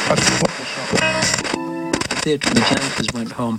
The janitors went home.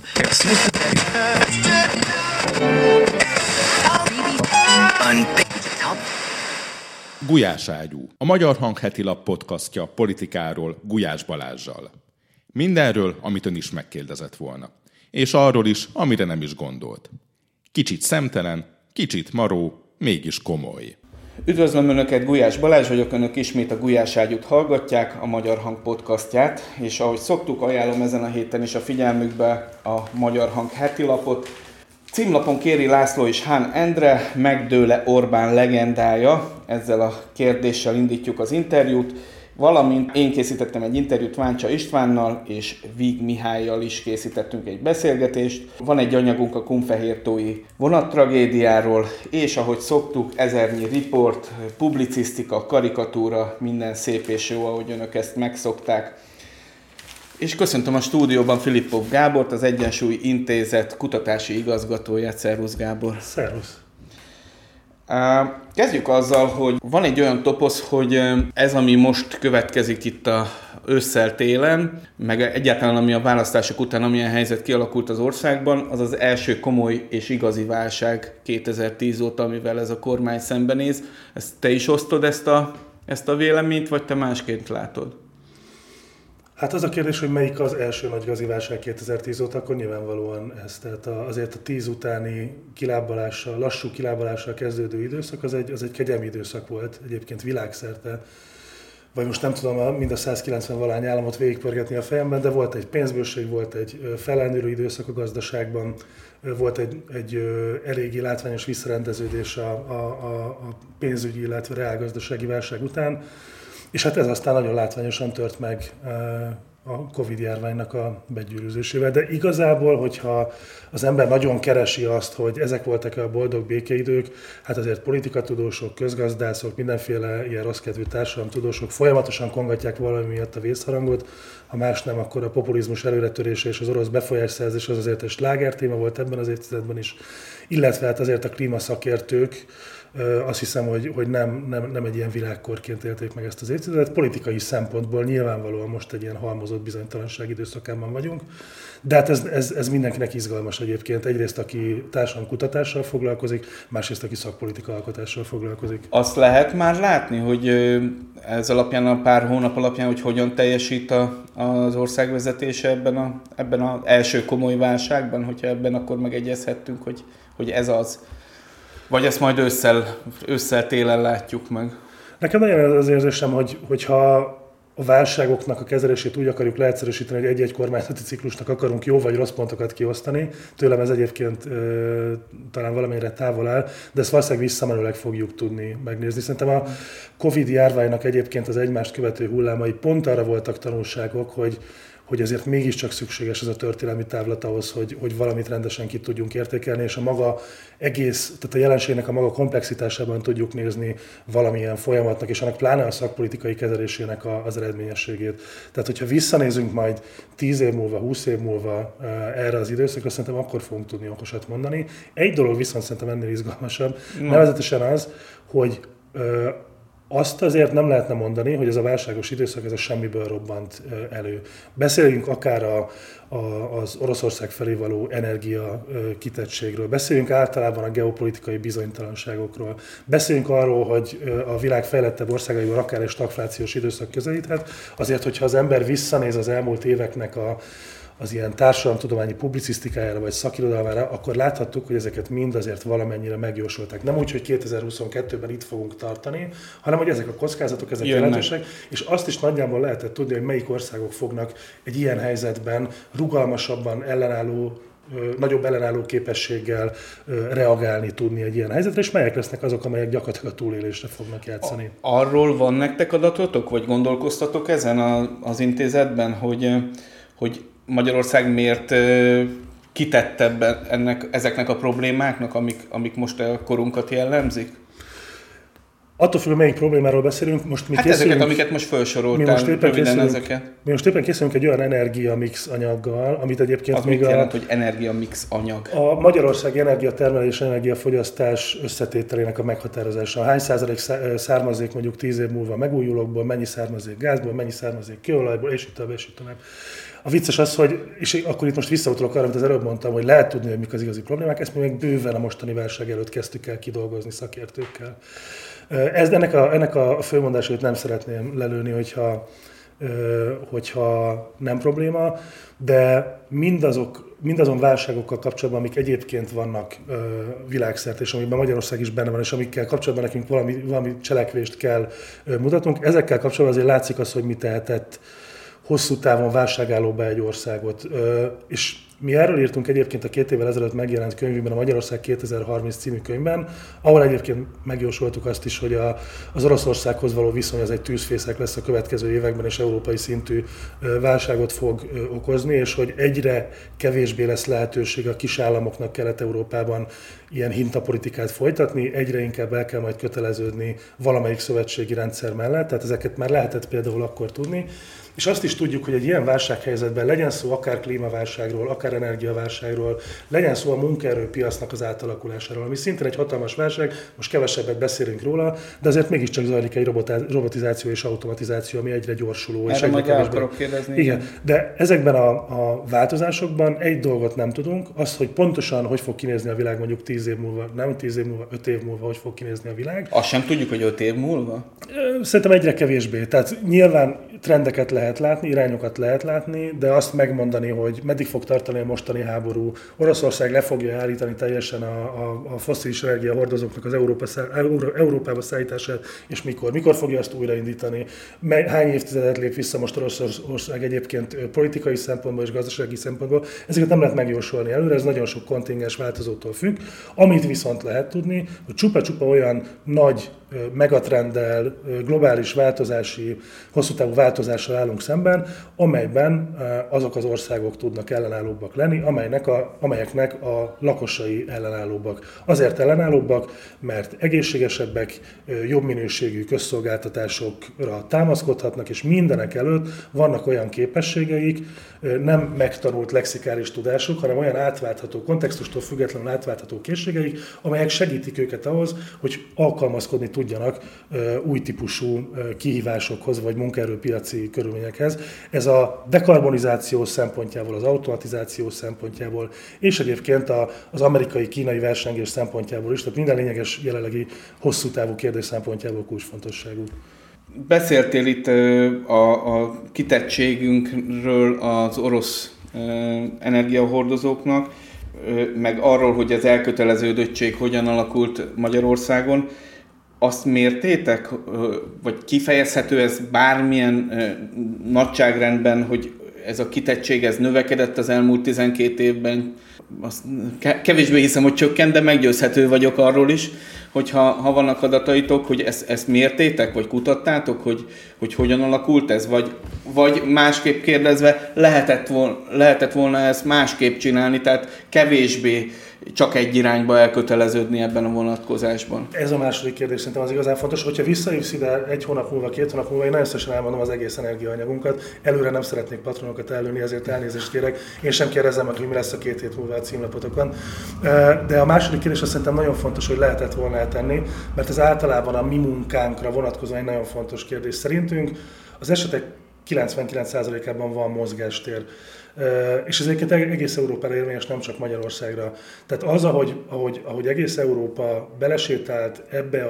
Gulyáságyú, a Magyar Hang heti lap podcastja politikáról Gulyás Balázssal. Mindenről, amit ön is megkérdezett volna. És arról is, amire nem is gondolt. Kicsit szemtelen, kicsit maró, mégis komoly. Üdvözlöm Önöket, Gulyás Balázs vagyok, Önök ismét a Gulyáságyút hallgatják, a Magyar Hang podcastját, és ahogy szoktuk, ajánlom ezen a héten is a figyelmükbe a Magyar Hang heti lapot. Címlapon Kéri László és Hán Endre, megdől-e Orbán legendája? Ezzel a kérdéssel indítjuk az interjút, valamint én készítettem egy interjút Váncsa Istvánnal, és Víg Mihállyal is készítettünk egy beszélgetést. Van egy anyagunk a kunfehértói vonattragédiáról, és ahogy szoktuk, ezernyi riport, publicisztika, karikatúra, minden szép és jó, ahogy Önök ezt megszokták. És köszöntöm a stúdióban Filippov Gábort, az Egyensúly Intézet kutatási igazgatóját. Szervusz, Gábor! Szervusz! Kezdjük azzal, hogy van egy olyan toposz, hogy ez, ami most következik itt a ősszel-télen, meg egyáltalán ami a választások után, amilyen helyzet kialakult az országban, az az első komoly és igazi válság 2010 óta, amivel ez a kormány szembenéz. Ezt te is osztod ezt a véleményt, vagy te másként látod? Hát az a kérdés, hogy melyik az első nagy igazi válság 2010 óta, akkor nyilvánvalóan ez. Tehát azért a 10 utáni kilábalással, lassú kilábalással kezdődő időszak, az egy kegyelmi időszak volt egyébként világszerte. Vagy most nem tudom mind a 190 valány államot végigpörgetni a fejemben, de volt egy pénzbőség, volt egy fellendülő időszak a gazdaságban, volt egy eléggé látványos visszarendeződés a pénzügyi, illetve reálgazdasági válság után. És hát ez aztán nagyon látványosan tört meg a Covid-járványnak a begyűrűzésével. De igazából, hogyha az ember nagyon keresi azt, hogy ezek voltak a boldog békeidők, hát azért politikatudósok, közgazdászok, mindenféle ilyen rosszkedvű társadalomtudósok folyamatosan kongatják valami miatt a vészharangot. Ha más nem, akkor a populizmus előretörése és az orosz befolyásszerzés az azért egy slágertéma volt ebben az évtizedben is. Illetve hát azért a klímaszakértők, azt hiszem, hogy nem egy ilyen világkorként élték meg ezt az évtizedet. Politikai szempontból nyilvánvalóan most egy ilyen halmozott bizonytalanság időszakában vagyunk. De hát ez mindenkinek izgalmas egyébként. Egyrészt, aki társadalomkutatással foglalkozik, másrészt, aki szakpolitika alkotással foglalkozik. Azt lehet már látni, hogy ez alapján, a pár hónap alapján, hogy hogyan teljesít az ország vezetése ebben az első komoly válságban, hogyha ebben akkor megegyezhettünk, hogy ez az. Vagy ezt majd ősszel-télen látjuk meg? Nekem nagyon az érzésem, hogyha a válságoknak a kezelését úgy akarjuk leegyszerűsíteni, hogy egy-egy kormányzati ciklusnak akarunk jó vagy rossz pontokat kiosztani. Tőlem ez egyébként talán valamennyire távol áll, de ezt valószínűleg visszamenőleg fogjuk tudni megnézni. Szerintem a Covid-járványnak egyébként az egymást követő hullámai pont arra voltak tanulságok, hogy ezért mégiscsak szükséges ez a történelmi távlat ahhoz, hogy valamit rendesen ki tudjunk értékelni, és a maga tehát a jelenségnek a maga komplexitásában tudjuk nézni valamilyen folyamatnak, és annak pláne a szakpolitikai kezelésének az eredményességét. Tehát, hogyha visszanézünk majd 10 év múlva, 20 év múlva erre az időszakra, szerintem akkor fogunk tudni okosat mondani. Egy dolog viszont szerintem ennél izgalmasabb, nevezetesen az, hogy azt azért nem lehetne mondani, hogy ez a válságos időszak ez a semmiből robbant elő. Beszéljünk akár az Oroszország felé való energia kitettségről, beszéljünk általában a geopolitikai bizonytalanságokról, beszéljünk arról, hogy a világ fejlettebb országaiban akár egy stagflációs időszak közelíthet. Azért, hogyha az ember visszanéz az elmúlt éveknek az ilyen társadalomtudományi publicisztikájára vagy szakirodalmára, akkor láthattuk, hogy ezeket mind azért valamennyire megjósolták. Nem úgy, hogy 2022-ben itt fogunk tartani, hanem hogy ezek a kockázatok, ezek jelentősek, és azt is nagyjából lehetett tudni, hogy melyik országok fognak egy ilyen helyzetben rugalmasabban nagyobb ellenálló képességgel reagálni tudni egy ilyen helyzetre, és melyek lesznek azok, amelyek gyakorlatilag a túlélésre fognak játszani. Arról van nektek adatotok, vagy gondolkoztatok ezen az intézetben, hogy Magyarország miért kitettebb ezeknek a problémáknak, amik most a korunkat jellemzik? Attól függ, melyik problémáról beszélünk. Most mi ezeket, amiket most felsoroltál, röviden ezeket. Mi most éppen készülünk egy olyan energiamix anyaggal, amit egyébként az még mit jelent, hogy energiamix anyag? A magyarországi energiatermelés és energiafogyasztás összetételének a meghatározása. Hány százalék származik mondjuk 10 év múlva megújulókból, mennyi származik gázból, mennyi származik kőolajból, és itt tovább. A vicces az, hogy, és akkor itt most visszautalok arra, amit az előbb mondtam, hogy lehet tudni, hogy mik az igazi problémák, ezt mi még bőven a mostani válság előtt kezdtük el kidolgozni szakértőkkel. Ennek a főmondásait nem szeretném lelőni, hogyha nem probléma, de mindazon válságokkal kapcsolatban, amik egyébként vannak világszerte, és amiben Magyarország is benne van, és amikkel kapcsolatban nekünk valami cselekvést kell mutatnunk, ezekkel kapcsolatban azért látszik az, hogy mi tehetett hosszú távon válságállóba egy országot. És mi erről írtunk egyébként a 2 évvel ezelőtt megjelent könyvünkben, a Magyarország 2030 című könyvben, ahol egyébként megjósoltuk azt is, hogy az Oroszországhoz való viszony az egy tűzfészek lesz a következő években, és európai szintű válságot fog okozni, és hogy egyre kevésbé lesz lehetőség a kisállamoknak Kelet-Európában ilyen hintapolitikát folytatni, egyre inkább el kell majd köteleződni valamelyik szövetségi rendszer mellett, tehát ezeket már lehetett például akkor tudni. És azt is tudjuk, hogy egy ilyen válsághelyzetben legyen szó akár klímaválságról, akár energiaválságról, legyen szó a munkaerőpiacnak az átalakulásáról, ami szintén egy hatalmas válság, most kevesebbet beszélünk róla, de azért mégiscsak zajlik egy robotizáció és automatizáció, ami egyre gyorsuló. Erre majd el akarok kérdezni. Igen, de ezekben a változásokban egy dolgot nem tudunk, az, hogy pontosan hogy fog kinézni a világ mondjuk 10 év múlva, nem 10 év múlva, 5 év múlva, hogy fog kinézni a világ. Azt sem tudjuk, hogy 5 év múlva? Szerintem egyre kevésbé. Tehát nyilván trendeket lehet látni, irányokat lehet látni, de azt megmondani, hogy meddig fog tartani a mostani háború, Oroszország le fogja állítani teljesen a fosszilis energiahordozóknak az Európába szállítását, és mikor fogja azt újraindítani, hány évtizedet lép vissza most Oroszország egyébként politikai szempontból és gazdasági szempontból, ezeket nem lehet megjósolni előre, ez nagyon sok kontingens változótól függ. Amit viszont lehet tudni, hogy csupa-csupa olyan nagy megatrenddel, globális változási, hosszú távú változással állunk szemben, amelyben azok az országok tudnak ellenállóbbak lenni, amelyeknek a lakosai ellenállóbbak. Azért ellenállóbbak, mert egészségesebbek, jobb minőségű közszolgáltatásokra támaszkodhatnak, és mindenek előtt vannak olyan képességeik, nem megtanult lexikális tudásuk, hanem olyan átváltható, kontextustól függetlenül átváltható készségeik, amelyek segítik őket ahhoz, hogy alkalmazkodni tudjanak új típusú kihívásokhoz, vagy munkaerőpiaci körülményekhez. Ez a dekarbonizáció szempontjából, az automatizáció szempontjából, és egyébként az amerikai-kínai versengés szempontjából is, tehát minden lényeges jelenlegi hosszú távú kérdés szempontjából kulcsfontosságú. Beszéltél itt a kitettségünkről az orosz energiahordozóknak, meg arról, hogy az elköteleződöttség hogyan alakult Magyarországon. Azt mértétek, vagy kifejezhető ez bármilyen nagyságrendben, hogy ez a kitettség ez növekedett az elmúlt 12 évben? Azt kevésbé hiszem, hogy csökkent, de meggyőzhető vagyok arról is, hogy ha vannak adataitok, hogy ezt mértétek, vagy kutattátok, hogy hogyan alakult ez, vagy másképp kérdezve lehetett volna ezt másképp csinálni, tehát kevésbé csak egy irányba elköteleződni ebben a vonatkozásban. Ez a második kérdés szerintem az igazán fontos, hogyha visszahívsz ide 1 hónap múlva, 2 hónap múlva, én nagyon szívesen elmondom az egész energiaanyagunkat. Előre nem szeretnék patronokat előni, ezért elnézést kérek. Én sem kérdezem meg, hogy mi lesz a 2 hét múlva a címlapotokon. De a második kérdés azt szerintem nagyon fontos, hogy lehetett volna eltenni, mert ez általában a mi munkánkra vonatkozóan egy nagyon fontos kérdés. Szerintünk az esetek 99%-ában van mozgástér. És ez egyébként egész Európára érvényes, nem csak Magyarországra. Tehát az, ahogy egész Európa belesétált ebbe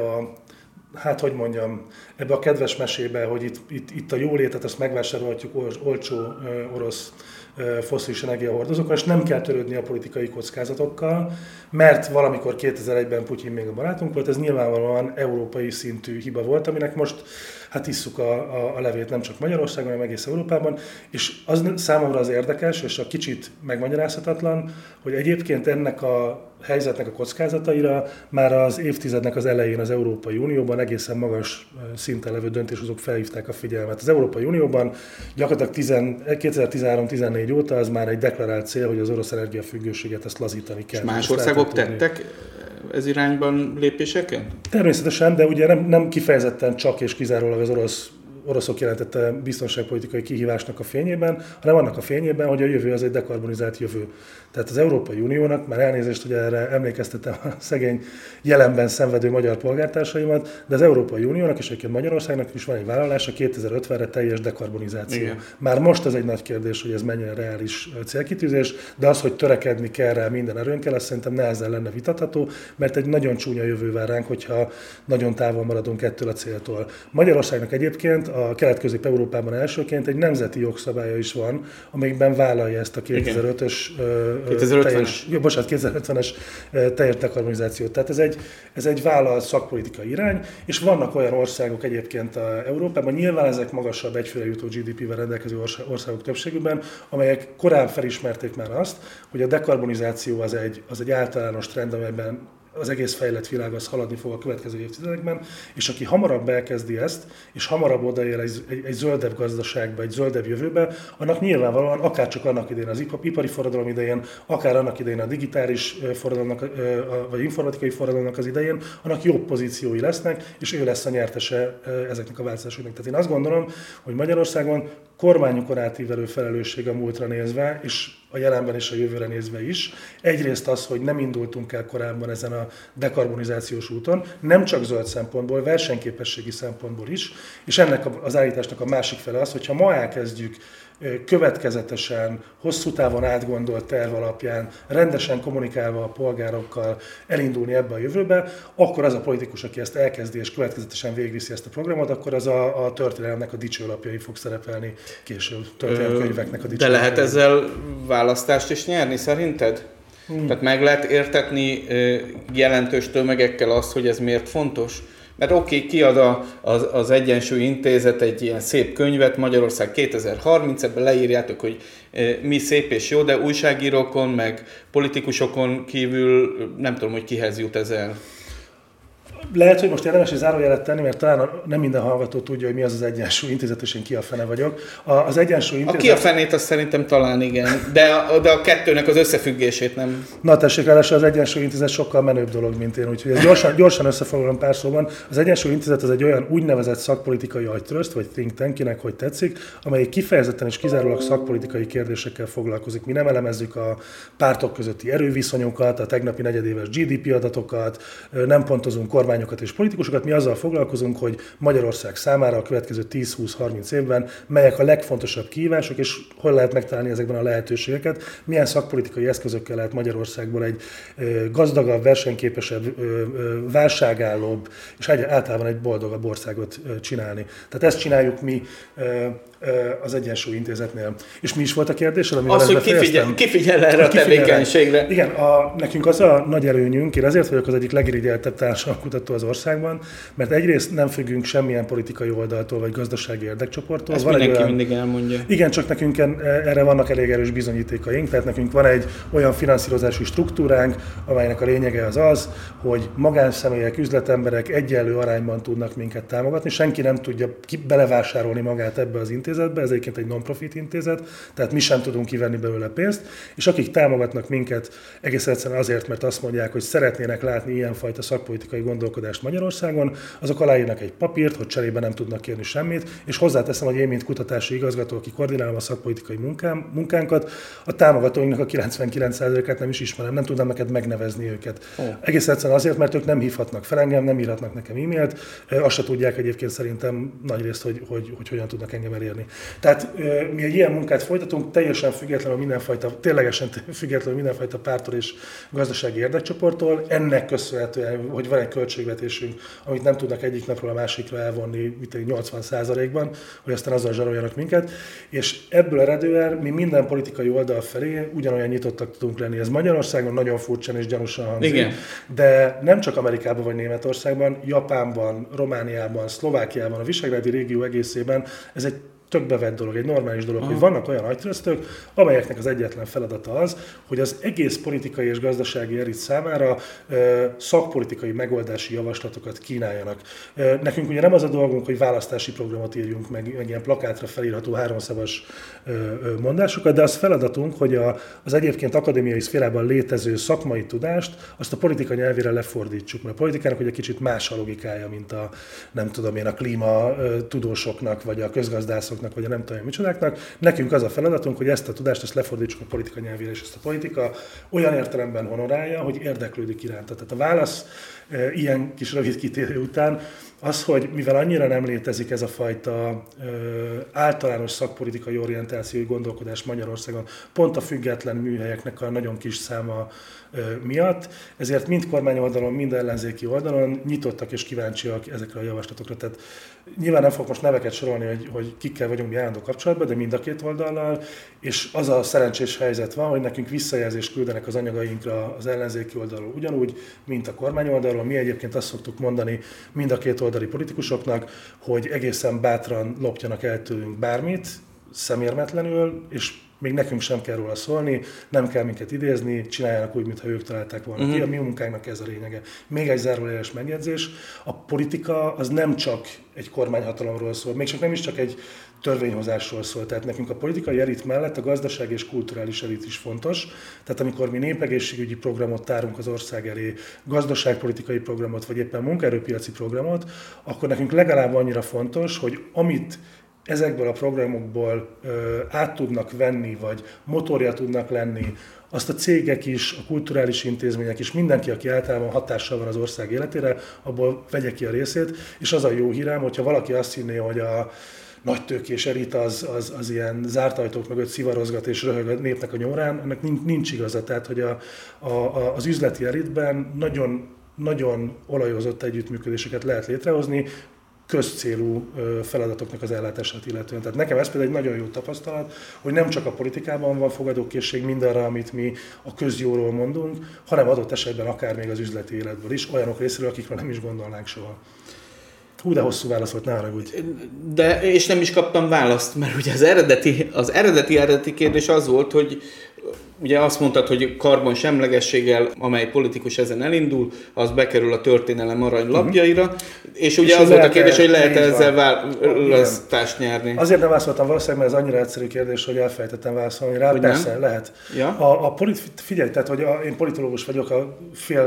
ebbe a kedves mesébe, hogy itt a jólétet azt megvásárolhatjuk olcsó orosz fosszilis energiahordozókkal, és nem kell törődni a politikai kockázatokkal, mert valamikor 2001-ben Putyin még a barátunk volt, ez nyilvánvalóan európai szintű hiba volt, aminek most isszuk a levét nem csak Magyarországon, hanem egész Európában, és az számomra az érdekes, és a kicsit megmagyarázhatatlan, hogy egyébként ennek a helyzetnek a kockázataira már az évtizednek az elején az Európai Unióban egészen magas szinten levő döntéshozók felhívták a figyelmet. Az Európai Unióban gyakorlatilag 2013-14 óta az már egy deklarált cél, hogy az orosz energiafüggőséget ezt lazítani kell. És más országok tettek ez irányban lépéseket? Természetesen, de ugye nem kifejezetten csak és kizárólag az oroszok jelentette biztonságpolitikai kihívásnak a fényében, hanem annak a fényében, hogy a jövő az egy dekarbonizált jövő. Tehát az Európai Uniónak, már elnézést, hogy erre emlékeztetem a szegény jelenben szenvedő magyar polgártársaimat, de az Európai Uniónak és egyébként Magyarországnak is van egy vállalása 2050-re teljes dekarbonizáció. Igen. Már most ez egy nagy kérdés, hogy ez mennyire reális célkitűzés, de az, hogy törekedni kell rá minden erőnkkel, azt szerintem nehezen lenne vitatható, mert egy nagyon csúnya jövő vár ránk, hogyha nagyon távol maradunk ettől a céltól. Magyarországnak egyébként a Kelet-Közép-Európában elsőként egy nemzeti jogszabálya is van, amelyikben vállalja ezt a 2005-ös 2050-es teljes dekarbonizációt. Tehát ez egy vállalt szakpolitikai irány, és vannak olyan országok egyébként Európában, nyilván ezek magasabb egyfőre jutó GDP-vel rendelkező országok többségükben, amelyek korábban felismerték már azt, hogy a dekarbonizáció az egy általános trend, amelyben az egész fejlett világ az haladni fog a következő évtizedekben, és aki hamarabb elkezdi ezt, és hamarabb odaér egy zöldebb gazdaságba, egy zöldebb jövőbe, annak nyilvánvalóan akár csak annak idején az ipari forradalom idején, akár annak idején a digitális forradalomnak, vagy informatikai forradalomnak az idején, annak jobb pozíciói lesznek, és ő lesz a nyertese ezeknek a változásoknak. Tehát én azt gondolom, hogy Magyarországon kormányokon átívelő felelősség a múltra nézve, és a jelenben és a jövőre nézve is. Egyrészt az, hogy nem indultunk el korábban ezen a dekarbonizációs úton, nem csak zöld szempontból, versenyképességi szempontból is, és ennek az állításnak a másik fele az, hogyha ma elkezdjük következetesen, hosszú távon átgondolt terv alapján, rendesen kommunikálva a polgárokkal elindulni ebbe a jövőbe, akkor az a politikus, aki ezt elkezdi és következetesen végigviszi ezt a programot, akkor az a történelemnek a dicsőlapjai fog szerepelni később, történelemkönyveknek a dicsőlapjai. De lehet ezzel választást is nyerni szerinted? Tehát meg lehet értetni jelentős tömegekkel azt, hogy ez miért fontos? Mert oké, kiad az Egyensúly Intézet egy ilyen szép könyvet, Magyarország 2030, ebben leírjátok, hogy mi szép és jó, de újságírókon, meg politikusokon kívül nem tudom, hogy kihez jut ez el. Lehet, hogy most érdemes egy zárójelet tenni, mert talán nem minden hallgató tudja, hogy mi az az Egyensúly Intézet, és én ki a fene vagyok. Az Egyensúly Intézet... A ki a fenét, azt szerintem talán igen, de a kettőnek az összefüggését nem. Na tessék, ráadásul az Egyensúly Intézet sokkal menőbb dolog, mint én, úgyhogy gyorsan összefoglalom pár szóban. Az Egyensúly Intézet az egy olyan úgynevezett szakpolitikai agytröszt, vagy think tankinek, hogy tetszik, amely kifejezetten és kizárólag szakpolitikai kérdésekkel foglalkozik. Mi nem elemezzük a pártok közötti erőviszonyokat, a tegnapi negyedéves GDP adatokat, nem pontozunk kormányokat és politikusokat, mi azzal foglalkozunk, hogy Magyarország számára a következő 10-20-30 évben melyek a legfontosabb kihívások, és hol lehet megtalálni ezekben a lehetőségeket, milyen szakpolitikai eszközökkel lehet Magyarországból egy gazdagabb, versenyképesebb, válságállóbb, és általában egy boldogabb országot csinálni. Tehát ezt csináljuk mi az Egyensúly Intézetnél. És mi is volt a kérdés? Az, hogy kifigyel erre a tevékenységre. Igen, nekünk az a nagy előnyünk, én azért vagyok az egyik legirigyeltebb társadalomkutató az országban, mert egyrészt nem függünk semmilyen politikai oldaltól, vagy gazdasági érdekcsoporttól. Ezt mindenki mindig elmondja. Igen, csak nekünk erre vannak elég erős bizonyítékaink, tehát nekünk van egy olyan finanszírozási struktúránk, amelynek a lényege az, hogy magánszemélyek, üzletemberek egyenlő arányban tudnak minket támogatni, senki nem tudja belevásárolni magát ebbe az intézetbe, ez egyébként egy non-profit intézet, tehát mi sem tudunk kivenni belőle pénzt, és akik támogatnak minket egész egyszerűen azért, mert azt mondják, hogy szeretnének látni ilyenfajta szakpolitikai gondolkodást Magyarországon, azok aláírnak egy papírt, hogy cserébe nem tudnak kérni semmit, és hozzáteszem, hogy én, mint kutatási igazgató, aki koordinálom a szakpolitikai munkánkat, a támogatóinknak a 99%-át nem is ismerem, nem tudnám neked megnevezni őket. Egész egyszerűen azért, mert ők nem hívhatnak fel engem, nem írhatnak nekem e-mailt, azt se tudják egyébként szerintem nagyrészt, hogy hogyan tudnak engem elérni. Tehát mi egy ilyen munkát folytatunk, teljesen függetlenül mindenfajta, ténylegesen függetlenül mindenfajta pártól és gazdasági érdekcsoporttól. Ennek köszönhetően, hogy van egy költségvetésünk, amit nem tudnak egyik napról a másikra elvonni 80%-ban, hogy aztán azzal zsaroljanak minket. És ebből eredően mi minden politikai oldal felé ugyanolyan nyitottak tudunk lenni. Ez Magyarországon nagyon furcsán és gyanúsan hangzik. Igen. De nem csak Amerikában vagy Németországban, Japánban, Romániában, Szlovákiában, a Visegrádi régió egészében ez egy tök bevett dolog, egy normális dolog, hogy vannak olyan agytröztök, amelyeknek az egyetlen feladata az, hogy az egész politikai és gazdasági elit számára szakpolitikai megoldási javaslatokat kínáljanak. Nekünk ugye nem az a dolgunk, hogy választási programot írjunk meg ilyen plakátra felírható háromszavas mondásokat, de az feladatunk, hogy az egyébként akadémiai szférában létező szakmai tudást azt a politika nyelvére lefordítsuk. Mert a politikának ugye kicsit más a logikája, mint a klímatudósoknak, vagy a közgazdászoknak, vagy a nem tudom micsodáknak. Nekünk az a feladatunk, hogy ezt a tudást ezt lefordítsuk a politika nyelvére, és ezt a politika olyan értelemben honorálja, hogy érdeklődik iránta. Tehát a válasz ilyen kis rövid kitérő után az, hogy mivel annyira nem létezik ez a fajta általános szakpolitikai orientációi gondolkodás Magyarországon, pont a független műhelyeknek a nagyon kis száma miatt, ezért mind kormányoldalon, mind ellenzéki oldalon nyitottak és kíváncsiak ezekre a javaslatokra. Tehát nyilván nem fogok most neveket sorolni, hogy kikkel vagyunk mi állandó kapcsolatban, de mind a két oldallal, és az a szerencsés helyzet van, hogy nekünk visszajelzést küldenek az anyagainkra az ellenzéki oldalról ugyanúgy, mint a kormány oldalról. Mi egyébként azt szoktuk mondani mind a két oldali politikusoknak, hogy egészen bátran lopjanak el tőlünk bármit, szemérmetlenül, és még nekünk sem kell róla szólni, nem kell minket idézni, csináljanak úgy, mintha ők találták volna ki. A mi munkánknak ez a lényege. Még egy zárójeles megjegyzés, a politika az nem csak egy kormányhatalomról szól, még csak nem is csak egy törvényhozásról szól. Tehát nekünk a politikai elit mellett a gazdasági és kulturális elit is fontos. Tehát amikor mi népegészségügyi programot tárunk az ország elé, gazdaságpolitikai programot, vagy éppen munkaerőpiaci programot, akkor nekünk legalább annyira fontos, hogy amit ezekből a programokból át tudnak venni, vagy motorja tudnak lenni, azt a cégek is, a kulturális intézmények is, mindenki, aki általában hatással van az ország életére, abból vegye ki a részét, és az a jó hírem, hogyha valaki azt hinné, hogy a nagytőkés elit az ilyen zárt ajtók mögött szivarozgat és röhög a népnek a nyomorán, ennek nincs igaza. Tehát, hogy az üzleti elitben nagyon olajozott együttműködéseket lehet létrehozni, közcélú feladatoknak az ellátását illetően. Tehát nekem ez például egy nagyon jó tapasztalat, hogy nem csak a politikában van fogadókészség mindarra, amit mi a közjóról mondunk, hanem adott esetben akár még az üzleti életből is, olyanok részéről, akikről nem is gondolnánk soha. Hú, de hosszú válasz volt, ne haragudj. De, és nem is kaptam választ, mert ugye az eredeti kérdés az volt, hogy ugye azt mondtad, hogy karbonsemlegességgel, amely politikus ezen elindul, az bekerül a történelem aranylapjaira, és ugye és az volt a kérdés, hogy lehet ezzel választást nyerni. Azért nem válaszoltam valószínűleg, mert ez annyira egyszerű kérdés, hogy elfelejtettem válaszolni rá. Hogy persze, nem? Lehet. Ja? Figyelj, tehát, hogy én politológus vagyok, a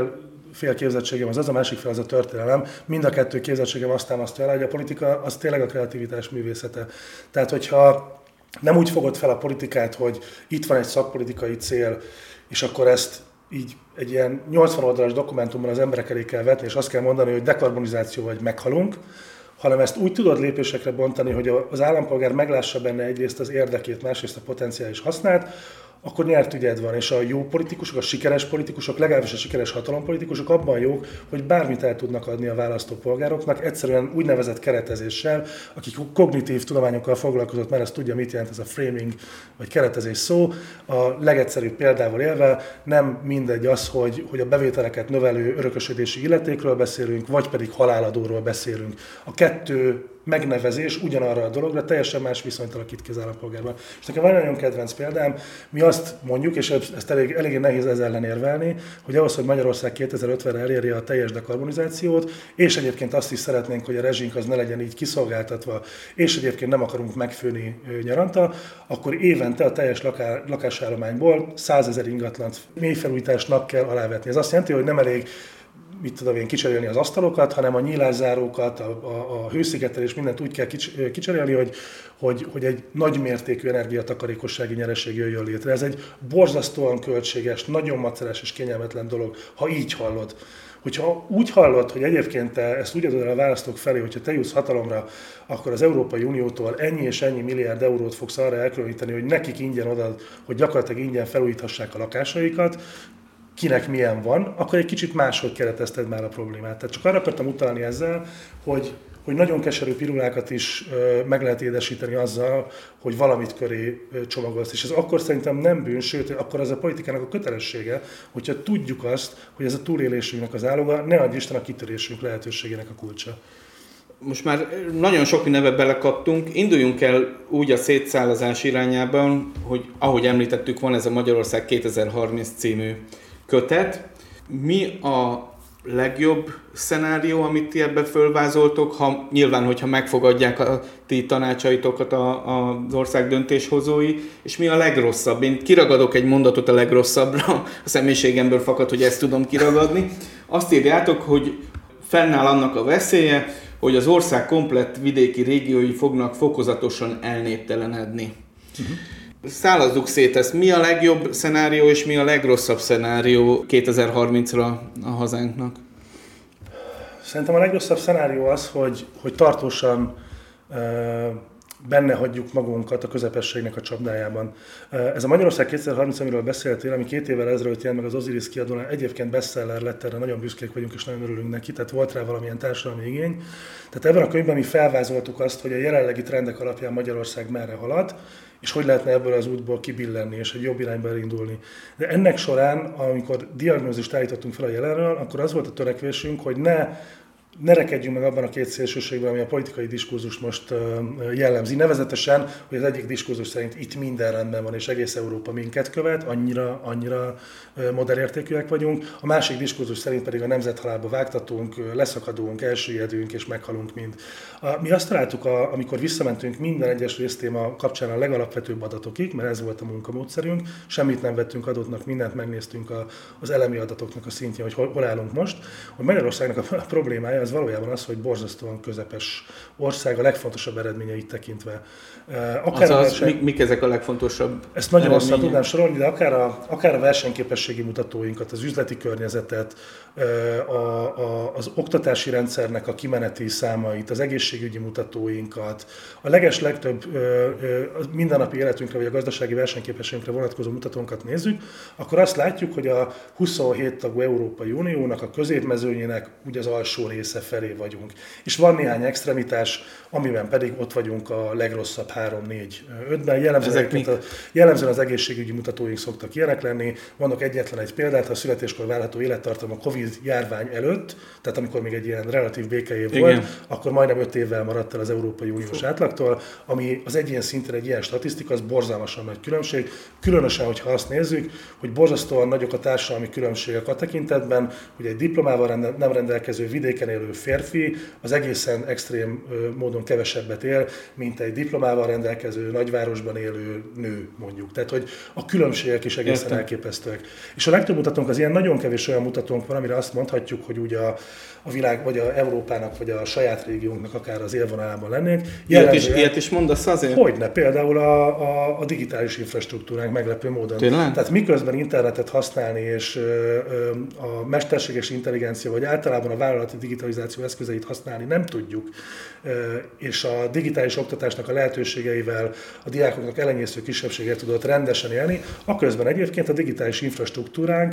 fél képzettségem az a másik fél az a történelem. Mind a kettő képzettségem azt támasztja alá, hogy a politika az tényleg a kreativitás művészete. Tehát, hogyha nem úgy fogod fel a politikát, hogy itt van egy szakpolitikai cél, és akkor ezt így egy ilyen 80 oldalas dokumentumban az emberek elé kell vetni, és azt kell mondani, hogy dekarbonizáció vagy meghalunk, hanem ezt úgy tudod lépésekre bontani, hogy az állampolgár meglássa benne egyrészt az érdekét, másrészt a potenciális hasznát, akkor nyert ügyed van, és a jó politikusok, a sikeres politikusok, legalábbis a sikeres hatalompolitikusok abban jók, hogy bármit el tudnak adni a választópolgároknak, egyszerűen úgynevezett keretezéssel, akik kognitív tudományokkal foglalkozott, mert ezt tudja, mit jelent ez a framing, vagy keretezés szó, a legegyszerűbb példával élve, nem mindegy az, hogy a bevételeket növelő örökösödési illetékről beszélünk, vagy pedig haláladóról beszélünk. A kettő megnevezés ugyanarra a dologra teljesen más viszonyt alakít ki az állampolgárban. És nekem van nagyon kedvenc példám, mi azt mondjuk, és ezt eléggé nehéz ezzel ellen érvelni, hogy ahhoz, hogy Magyarország 2050-re elérje a teljes dekarbonizációt, és egyébként azt is szeretnénk, hogy a rezsink az ne legyen így kiszolgáltatva, és egyébként nem akarunk megfőni nyaranta, akkor évente a teljes lakásállományból 100 000 ingatlant mélyfelújításnak kell alávetni. Ez azt jelenti, hogy nem elég kicserélni az asztalokat, hanem a nyílászárókat, a hőszigetelés, mindent úgy kell kicserélni, hogy egy nagymértékű energiatakarékossági nyereség jöjjön létre. Ez egy borzasztóan költséges, nagyon macerás és kényelmetlen dolog, ha így hallod. Hogyha úgy hallod, hogy egyébként te ezt úgy adod el a választók felé, hogyha te jutsz hatalomra, akkor az Európai Uniótól ennyi és ennyi milliárd eurót fogsz arra elkülöníteni, hogy nekik ingyen odad, hogy gyakorlatilag ingyen felújíthassák a lakásaikat, kinek milyen van, akkor egy kicsit máshogy keretezted már a problémát. Tehát csak arra akartam utalni ezzel, hogy nagyon keserű pirulákat is meg lehet édesíteni azzal, hogy valamit köré csomagolsz. És ez akkor szerintem nem bűn, sőt, akkor az a politikának a kötelessége, hogyha tudjuk azt, hogy ez a túlélésünknek az áloga, ne adj Isten a kitörésünk lehetőségének a kulcsa. most már nagyon sok mindenbe belekaptunk, induljunk el úgy a szétszálazás irányában, hogy ahogy említettük, van ez a Magyarország 2030 című kötet. Mi a legjobb szenárió, amit ti ebbe fölvázoltok, nyilván, hogyha megfogadják a ti tanácsaitokat az ország döntéshozói, és mi a legrosszabb? Én kiragadok egy mondatot a legrosszabbra, a személyiségemből fakad, hogy ezt tudom kiragadni. Azt írjátok, hogy fennáll annak a veszélye, hogy az ország komplett vidéki régiói fognak fokozatosan elnéptelenedni. Szálazzuk szét ezt. Mi a legjobb szenárió és mi a legrosszabb szenárió 2030-ra a hazánknak? Szerintem a legrosszabb szenárió az, hogy tartósan benne hagyjuk magunkat a közepességnek a csapdájában. Ez a Magyarország 2030, amiről beszéltél, ami 2 évvel ezelőtt jelent meg az Osiris kiadónál, egyébként bestseller lett, erre nagyon büszkék vagyunk és nagyon örülünk neki, tehát volt rá valamilyen társadalmi igény. Tehát ebben a könyvben mi felvázoltuk azt, hogy a jelenlegi trendek alapján Magyarország merre halad, és hogy lehetne ebből az útból kibillenni, és egy jobb irányba elindulni. De ennek során, amikor diagnózist állítottunk fel a jelenről, akkor az volt a törekvésünk, hogy ne rekedjünk meg abban a két szélsőségben, ami a politikai diskurzus most jellemzi. Nevezetesen, hogy az egyik diskurzus szerint itt minden rendben van, és egész Európa minket követ, annyira modern értékűek vagyunk. A másik diskurzus szerint pedig a nemzethalálba vágtatunk, leszakadunk, elsüllyedünk és meghalunk mind. Mi azt találtuk, amikor visszamentünk minden egyes résztéma kapcsán a legalapvetőbb adatokig, mert ez volt a munkamódszerünk, semmit nem vettünk adottnak, mindent megnéztünk az elemi adatoknak a szintjén, hogy hol állunk most, hogy Magyarországnak a problémája az valójában az, hogy borzasztóan közepes ország a legfontosabb eredményeit tekintve. Mik ezek a legfontosabb ezt nagyon hosszan tudnám sorolni, de akár a versenyképességi mutatóinkat, az üzleti környezetet, az oktatási rendszernek a kimeneti számait, az egészségügyi mutatóinkat, a legtöbb mindennapi életünkre vagy a gazdasági versenyképességünkre vonatkozó mutatónkat nézzük, akkor azt látjuk, hogy a 27 tagú Európai Uniónak a középmezőnyének úgy az alsó része felé vagyunk. És van néhány extremitás, amiben pedig ott vagyunk a legrosszabb 3-4-5-ben. Jellemzően az egészségügyi mutatóink szoktak ilyenek lenni. Vannak egyetlen egy példát, a születéskor várható élettartam a Covid járvány előtt, tehát amikor még egy ilyen relatív békeév volt, akkor majdnem 5 évvel maradt el az Európai Uniós átlagtól, ami az egyén szinten egy ilyen statisztika, az borzalmasan nagy különbség. Különösen, hogyha azt nézzük, hogy borzasztóan nagyok a társadalmi különbségek a tekintetben, hogy egy diplomával nem rendelkező vidéken élő férfi az egészen extrém módon kevesebbet él, mint egy diplomával rendelkező nagyvárosban élő nő, mondjuk. Tehát, hogy a különbségek is egészen elképesztőek. És a legtöbb mutatónk az ilyen nagyon kevés olyan mutatónk van, amire azt mondhatjuk, hogy ugye a világ, vagy a Európának, vagy a saját régiónknak akár az élvonalában lennénk. Ilyet is mondasz azért? Hogyne, például a digitális infrastruktúránk meglepő módon. Tényleg? Tehát miközben internetet használni, és a mesterséges intelligencia, vagy általában a vállalati digitalizáció eszközeit használni nem tudjuk, és a digitális oktatásnak a lehetőségeivel a diákoknak elenyésző kisebbséget tudott rendesen élni, aközben egyébként a digitális infrastruktúránk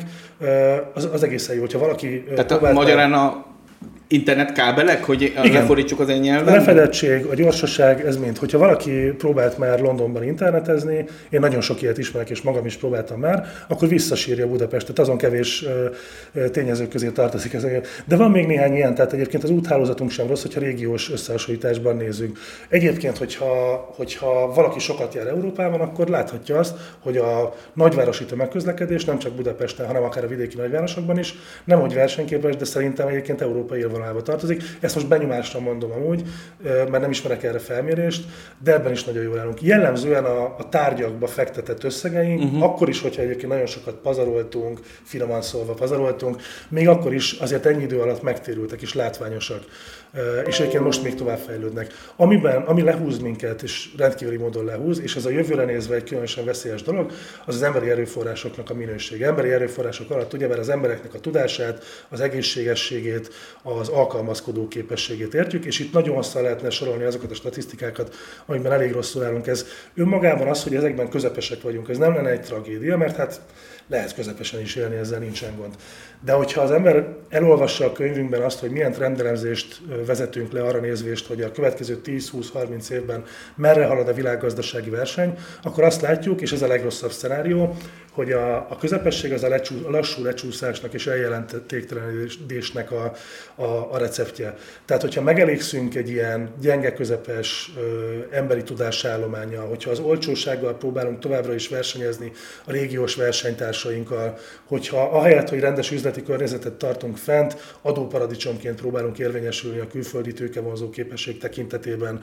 az egészen jó, hogyha valaki... Tehát magyarán a internetkábelek, hogy lefordítsuk az én nyelven? A lefedettség, a gyorsaság, ez mind. Hogyha valaki próbált már Londonban internetezni, én nagyon sok ilyet ismerek, és magam is próbáltam már, akkor visszasírja Budapestet, azon kevés tényezők közé tartozik ez. De van még néhány ilyen, tehát egyébként az úthálózatunk sem rossz, hogyha régiós összehasonlításban nézzük. Egyébként, hogyha valaki sokat jár Európában, akkor láthatja azt, hogy a nagyvárosi tömegközlekedés nem csak Budapesten, hanem akár a vidéki nagyvárosokban is, nemhogy versenyképes, de szerintem egyébként európai élvonalába tartozik. Ezt most benyomásra mondom amúgy, mert nem ismerek erre felmérést, de ebben is nagyon jól állunk. Jellemzően a tárgyakba fektetett összegeink, akkor is, hogyha egyébként nagyon sokat pazaroltunk, finoman szólva pazaroltunk, még akkor is azért ennyi idő alatt megtérültek és látványosak. És egyébként most még tovább fejlődnek. Ami lehúz minket, és rendkívüli módon lehúz, és ez a jövőre nézve egy különösen veszélyes dolog, az az emberi erőforrásoknak a minősége. Emberi erőforrások alatt ugyebár az embereknek a tudását, az egészségességét, az alkalmazkodó képességét értjük, és itt nagyon hosszan lehetne sorolni azokat a statisztikákat, amiben elég rosszul állunk. Ez önmagában az, hogy ezekben közepesek vagyunk, ez nem lenne egy tragédia, mert hát lehet közepesen is élni, ezzel nincsen gond. De hogyha az ember elolvassa a könyvünkben azt, hogy milyen trendelemzést vezetünk le arra nézvést, hogy a következő 10-20-30 évben merre halad a világgazdasági verseny, akkor azt látjuk, és ez a legrosszabb szenárió, hogy a közepesség az a lassú lecsúszásnak és eljelentéktelenedésnek a receptje. Tehát, hogyha megelégszünk egy ilyen gyenge közepes emberi tudásállománnyal, hogyha az olcsósággal próbálunk továbbra is versenyezni a régiós versenytársainkkal, hogyha ahelyett, hogy rendes üzleti környezetet tartunk fent, adóparadicsomként próbálunk érvényesülni a külföldi tőkevonzó képesség tekintetében,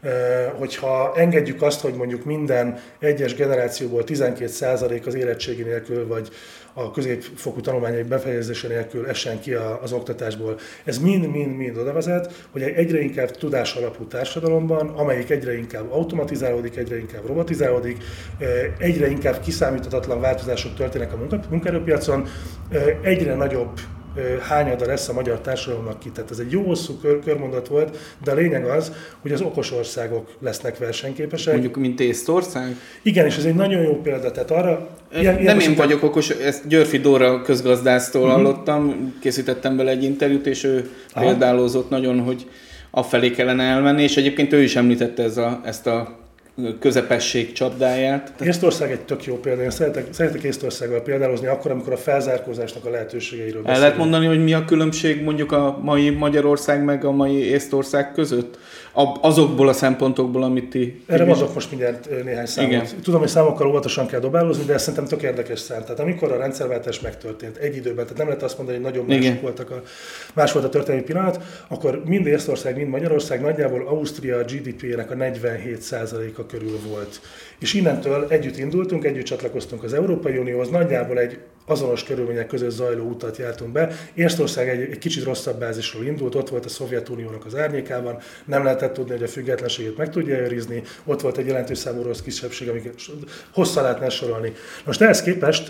hogyha engedjük azt, hogy mondjuk minden egyes generációból 12% az érettségi nélkül, vagy a középfokú tanulmányai befejezése nélkül essen ki az oktatásból. Ez mind oda vezet, hogy egy egyre inkább tudásalapú társadalomban, amelyik egyre inkább automatizálódik, egyre inkább robotizálódik, egyre inkább kiszámíthatatlan változások történnek a munkaerőpiacon, egyre nagyobb hányada lesz a magyar társadalomnak ki. Tehát ez egy jó hosszú körmondat volt, de a lényeg az, hogy az okos országok lesznek versenyképesek. Mondjuk, mint Észtország? Igen, és ez egy nagyon jó példa. Tehát arra, nem én vagyok okos, ezt Györfi Dóra közgazdásztól hallottam, készítettem bele egy interjút, és ő példálózott nagyon, hogy afelé kellene elmenni, és egyébként ő is említette ezt a közepesség csapdáját. Észtország egy tök jó példa. Én szeretek Észtországgal példálozni akkor, amikor a felzárkózásnak a lehetőségeiről beszélünk. El lehet mondani, hogy mi a különbség mondjuk a mai Magyarország meg a mai Észtország között? Azokból a szempontokból, amit ti... Erre mondok most mindjárt néhány számot. Igen. Tudom, hogy számokkal óvatosan kell dobálózni, de ez szerintem tök érdekes szám. Tehát amikor a rendszerváltás megtörtént egy időben, tehát nem lehet azt mondani, hogy nagyon más volt a történelmi pillanat, akkor mind Észtország, mind Magyarország nagyjából Ausztria GDP-nek a 47%-a körül volt. És innentől együtt indultunk, együtt csatlakoztunk az Európai Unióhoz, nagyjából egy azonos körülmények között zajló utat jártunk be. Észtország egy kicsit rosszabb bázisról indult, ott volt a Szovjetuniónak az árnyékában, nem lehetett tudni, hogy a függetlenségét meg tudja őrizni, ott volt egy jelentős számú orosz kisebbség, amiket hosszan lehetne sorolni. Most ehhez képest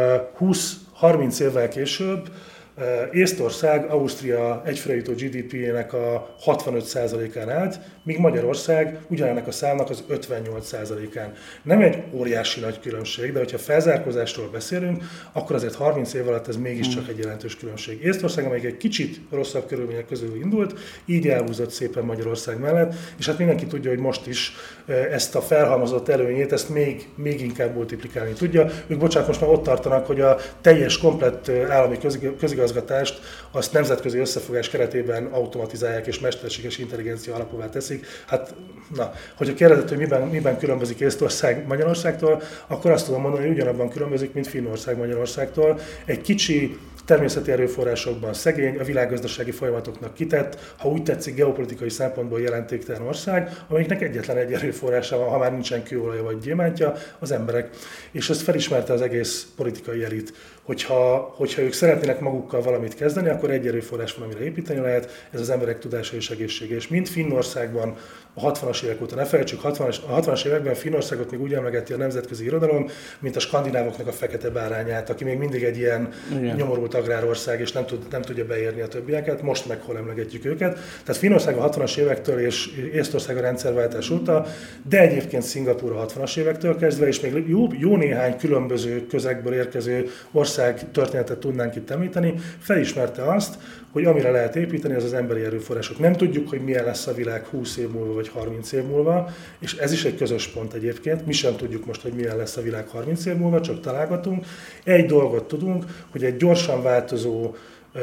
20-30 évvel később Észtország Ausztria egyfőre jutó GDP-jének a 65%-án állt, míg Magyarország ugyanennek a számnak az 58%-án. Nem egy óriási nagy különbség, de hogyha felzárkózásról beszélünk, akkor azért 30 év alatt ez mégiscsak egy jelentős különbség. Észtország, amelyik egy kicsit rosszabb körülmények közül indult, így elhúzott szépen Magyarország mellett, és hát mindenki tudja, hogy most is ezt a felhalmozott előnyét, ezt még inkább multiplikálni tudja. Ők, most már ott tartanak, hogy a teljes, komplett állami közigazgatást azt nemzetközi összefogás keretében automatizálják és mesterséges intelligencia alapúvá teszik. Hát, hogyha kérdezett, hogy miben különbözik Észtország Magyarországtól, akkor azt tudom mondani, hogy ugyanabban különbözik, mint Finnország Magyarországtól. Egy kicsi, természeti erőforrásokban szegény, a világgazdasági folyamatoknak kitett, ha úgy tetszik, geopolitikai szempontból jelentéktelen ország, amelyiknek egyetlen egy erőforrása van, ha már nincsen kőolaja vagy gyémántja, az emberek. És ezt felismerte az egész politikai elit, hogyha ők szeretnének magukkal valamit kezdeni, akkor egy erőforrás van, amire építeni lehet, ez az emberek tudása és egészsége. És mind Finnországban a 60-as évek óta, ne felejtsük, a 60-as években Finnországot még úgy emlegeti a nemzetközi irodalom, mint a skandinávoknak a fekete bárányát, aki még mindig egy ilyen nyomorult agrárország, és nem tudja beérni a többieket, most meg hol emlegetjük őket. Tehát Finnország a 60-as évektől és Észtország a rendszerváltás óta, de egyébként Szingapúr a 60-as évektől kezdve, és még jó néhány különböző közegből érkező ország történetet tudnánk itt említeni, felismerte azt, hogy amire lehet építeni, az az emberi erőforrások. Nem tudjuk, hogy milyen lesz a világ 20 év múlva vagy 30 év múlva, és ez is egy közös pont egyébként. Mi sem tudjuk most, hogy milyen lesz a világ 30 év múlva, csak találgatunk. Egy dolgot tudunk, hogy egy gyorsan változó,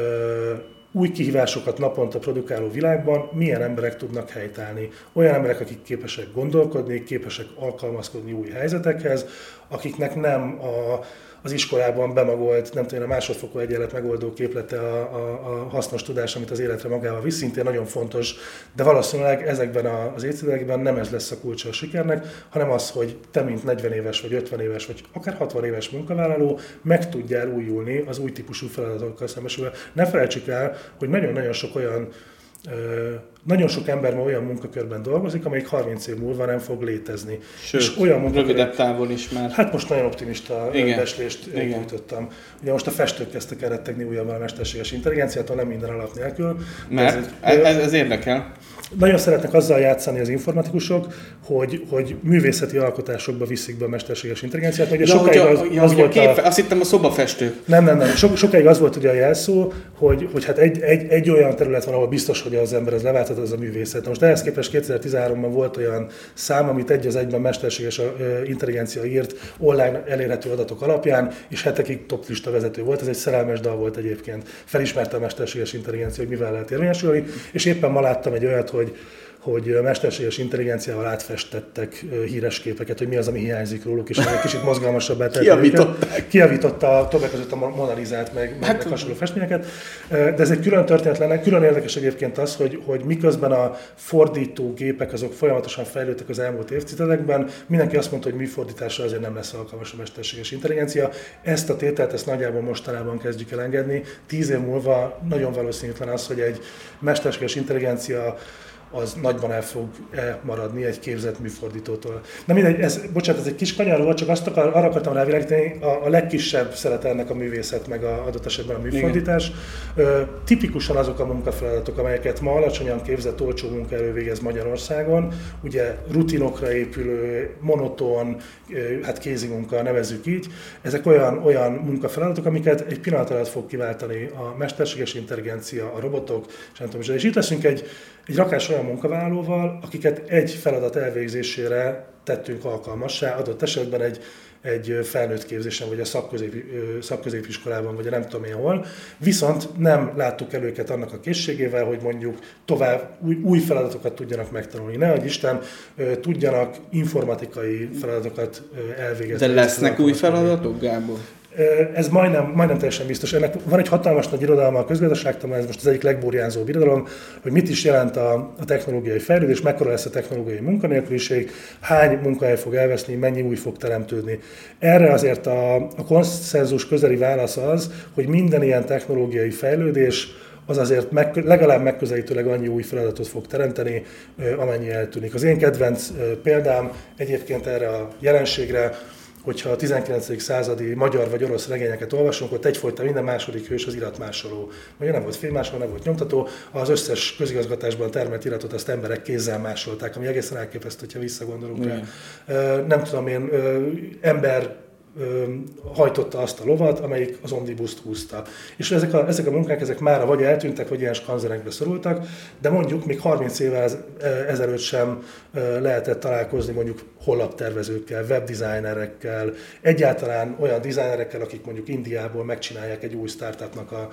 új kihívásokat naponta produkáló világban milyen emberek tudnak helytállni. Olyan emberek, akik képesek gondolkodni, képesek alkalmazkodni új helyzetekhez, akiknek nem az iskolában bemagolt, nem tudom, a másodfokú egyenlet megoldó képlete a hasznos tudás, amit az életre magával visz, szintén nagyon fontos, de valószínűleg ezekben az évtizedekben nem ez lesz a kulcsa a sikernek, hanem az, hogy te, mint 40 éves, vagy 50 éves, vagy akár 60 éves munkavállaló meg tudjál újulni az új típusú feladatokkal szembesülve. Ne felejtsük el, hogy nagyon sok ember ma olyan munkakörben dolgozik, amelyik 30 év múlva nem fog létezni. Sőt, és olyan rövidebb távon is már. Hát most nagyon optimista beslést nyújtottam. Ugye most a festők kezdtek el rettegni újabban a mesterséges intelligenciától, nem minden alap nélkül. Mert ez érdekel. nagyon szeretnek azzal játszani az informatikusok, hogy művészeti alkotásokba viszik be a mesterséges intelligenciát. Ugye azt hittem a szobafestő. Nem. Sokáig az volt ugye a jelszó, hogy hát egy olyan terület van, ahol biztos, hogy az ember az leválthat, az a művészet. Most ehhez képest 2013-ban volt olyan szám, amit egy az egyben mesterséges intelligencia írt online elérhető adatok alapján, és hetekig top lista vezető volt. Ez egy szerelmes dal volt egyébként. Felismerte a mesterséges intelligencia, hogy mivel lehet érvényesülni, és éppen ma láttam egy olyat, hogy a mesterséges intelligenciával átfestettek híres képeket, hogy mi az, ami hiányzik róluk, és egy kicsit mozgalmasabbá tették. Kijavította többek között a Mona Lisát, meg hasonló festményeket. De ez egy külön történet lenne. Külön érdekes egyébként az, hogy miközben a fordítógépek azok folyamatosan fejlődtek az elmúlt évtizedekben, mindenki azt mondta, hogy műfordításra azért nem lesz alkalmas a mesterséges intelligencia. Ezt a tételt nagyjából mostanában kezdjük el engedni. 10 év múlva nagyon valószínűtlen az, hogy egy mesterséges intelligencia az nagyban el fog maradni egy képzett műfordítótól. Na mindegy, ez egy kis kanyar volt, csak arra akartam rávilágítani, a legkisebb szeret ennek a művészet, meg adott esetben a műfordítás. Tipikusan azok a munkafeladatok, amelyeket ma alacsonyan képzett, olcsó munkaerő végez Magyarországon, ugye rutinokra épülő, monoton, hát kézi munka, nevezzük így, ezek olyan munkafeladatok, amiket egy pillanat alatt fog kiváltani a mesterséges intelligencia, a robotok, és nem tudom, és itt leszünk egy rakás olyan munkavállalóval, akiket egy feladat elvégzésére tettünk alkalmassá, adott esetben egy felnőtt képzésen, vagy a szakközépiskolában, vagy a nem tudom én hol. Viszont nem láttuk el őket annak a készségével, hogy mondjuk tovább új feladatokat tudjanak megtanulni. Nehogy Isten tudjanak informatikai feladatokat elvégezni. De lesznek új feladatok, Gábor? Ez majdnem teljesen biztos. Ennek van egy hatalmas nagy irodalma a közgazdaságtan, ez most az egyik legburjánzóbb irodalom, hogy mit is jelent a technológiai fejlődés, mekkora lesz a technológiai munkanélküliség, hány munkahely fog elveszni, mennyi új fog teremtődni. Erre azért a konszenzus közeli válasz az, hogy minden ilyen technológiai fejlődés az azért legalább megközelítőleg annyi új feladatot fog teremteni, amennyi eltűnik. Az én kedvenc példám egyébként erre a jelenségre, hogyha a 19. századi magyar vagy orosz regényeket olvasunk, ott egyfolytában minden második hős az iratmásoló. Ugye nem volt fénymásoló, nem volt nyomtató, az összes közigazgatásban termelt iratot azt emberek kézzel másolták, ami egészen elképesztő, ha visszagondolunk rá. Nem tudom én, ember hajtotta azt a lovat, amelyik az omnibuszt húzta. És ezek a munkák ezek mára vagy eltűntek, vagy ilyen skanzenekbe szorultak, de mondjuk még 30 évvel ezelőtt sem lehetett találkozni mondjuk honlaptervezőkkel, webdesignerekkel, egyáltalán olyan designerekkel, akik mondjuk Indiából megcsinálják egy új startupnak a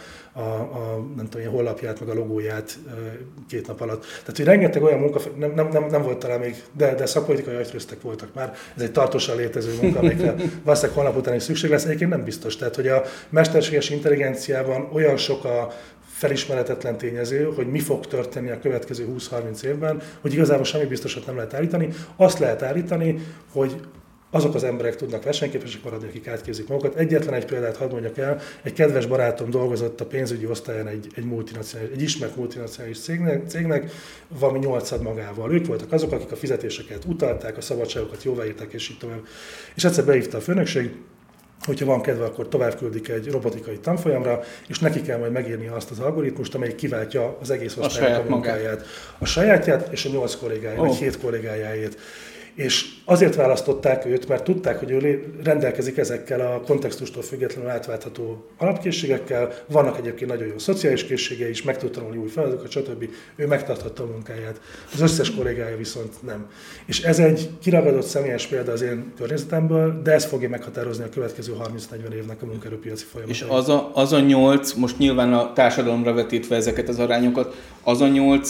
nem tudom, honlapját, meg a logóját 2 nap alatt. Tehát, hogy rengeteg olyan munka, nem volt talán még, de szakpolitikai agytröztek voltak már. Ez egy tartósan létező munka, amikre valószínűleg holnap után is szükség lesz. Egyébként nem biztos. Tehát, hogy a mesterséges intelligenciában olyan sok a felismeretetlen tényező, hogy mi fog történni a következő 20-30 évben, hogy igazából semmi biztosat nem lehet állítani. Azt lehet állítani, hogy azok az emberek tudnak versenyképesek maradni, akik átképzik magukat. Egyetlen egy példát hadd mondjak el, egy kedves barátom dolgozott a pénzügyi osztályán egy ismert multinacionális cégnek, valami 8 magával. Ők voltak azok, akik a fizetéseket utalták, a szabadságokat jóváírták, és így tovább. És egyszer behívta a főnökség, hogyha van kedve, akkor tovább küldik egy robotikai tanfolyamra, és neki kell majd megírnia azt az algoritmust, amelyik kiváltja az egész osztálynak a munkáját. A sajátját és a 8 kollégáját, vagy 7 kollégájáét. És azért választották őt, mert tudták, hogy ő rendelkezik ezekkel a kontextustól függetlenül átváltható alapkészségekkel, vannak egyébként nagyon jó szociális készségei is, meg tud tanulni új feladatokat, stb. Ő megtarthatta a munkáját. Az összes kollégája viszont nem. És ez egy kiragadott személyes példa az én környezetemből, de ez fogja meghatározni a következő 30-40 évnek a munkaerőpiaci folyamatot. És az a 8, most nyilván a társadalomra vetítve ezeket az arányokat, az a 8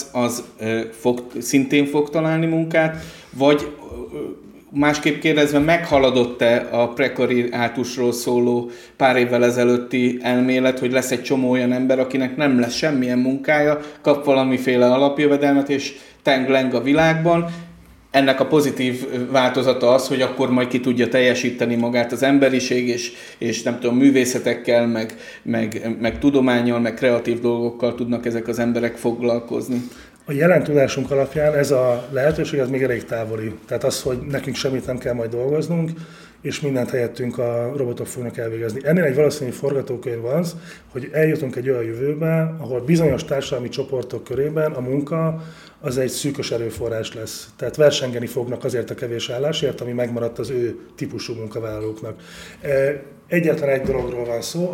szintén fog találni munkát, vagy másképp kérdezve, meghaladott-e a prekariátusról szóló pár évvel ezelőtti elmélet, hogy lesz egy csomó olyan ember, akinek nem lesz semmilyen munkája, kap valamiféle alapjövedelmet és tengleng a világban. Ennek a pozitív változata az, hogy akkor majd ki tudja teljesíteni magát az emberiség, és nem tudom, művészetekkel, meg tudománnyal, meg kreatív dolgokkal tudnak ezek az emberek foglalkozni. A jelen tudásunk alapján ez a lehetőség ez még elég távoli. Tehát az, hogy nekünk semmit nem kell majd dolgoznunk, és mindent helyettünk a robotok fognak elvégezni. Ennél egy valószínű forgatókönyv az, hogy eljutunk egy olyan jövőbe, ahol bizonyos társadalmi csoportok körében a munka az egy szűkös erőforrás lesz. Tehát versengeni fognak azért a kevés állásért, ami megmaradt az ő típusú munkavállalóknak. Egyetlen egy dologról van szó,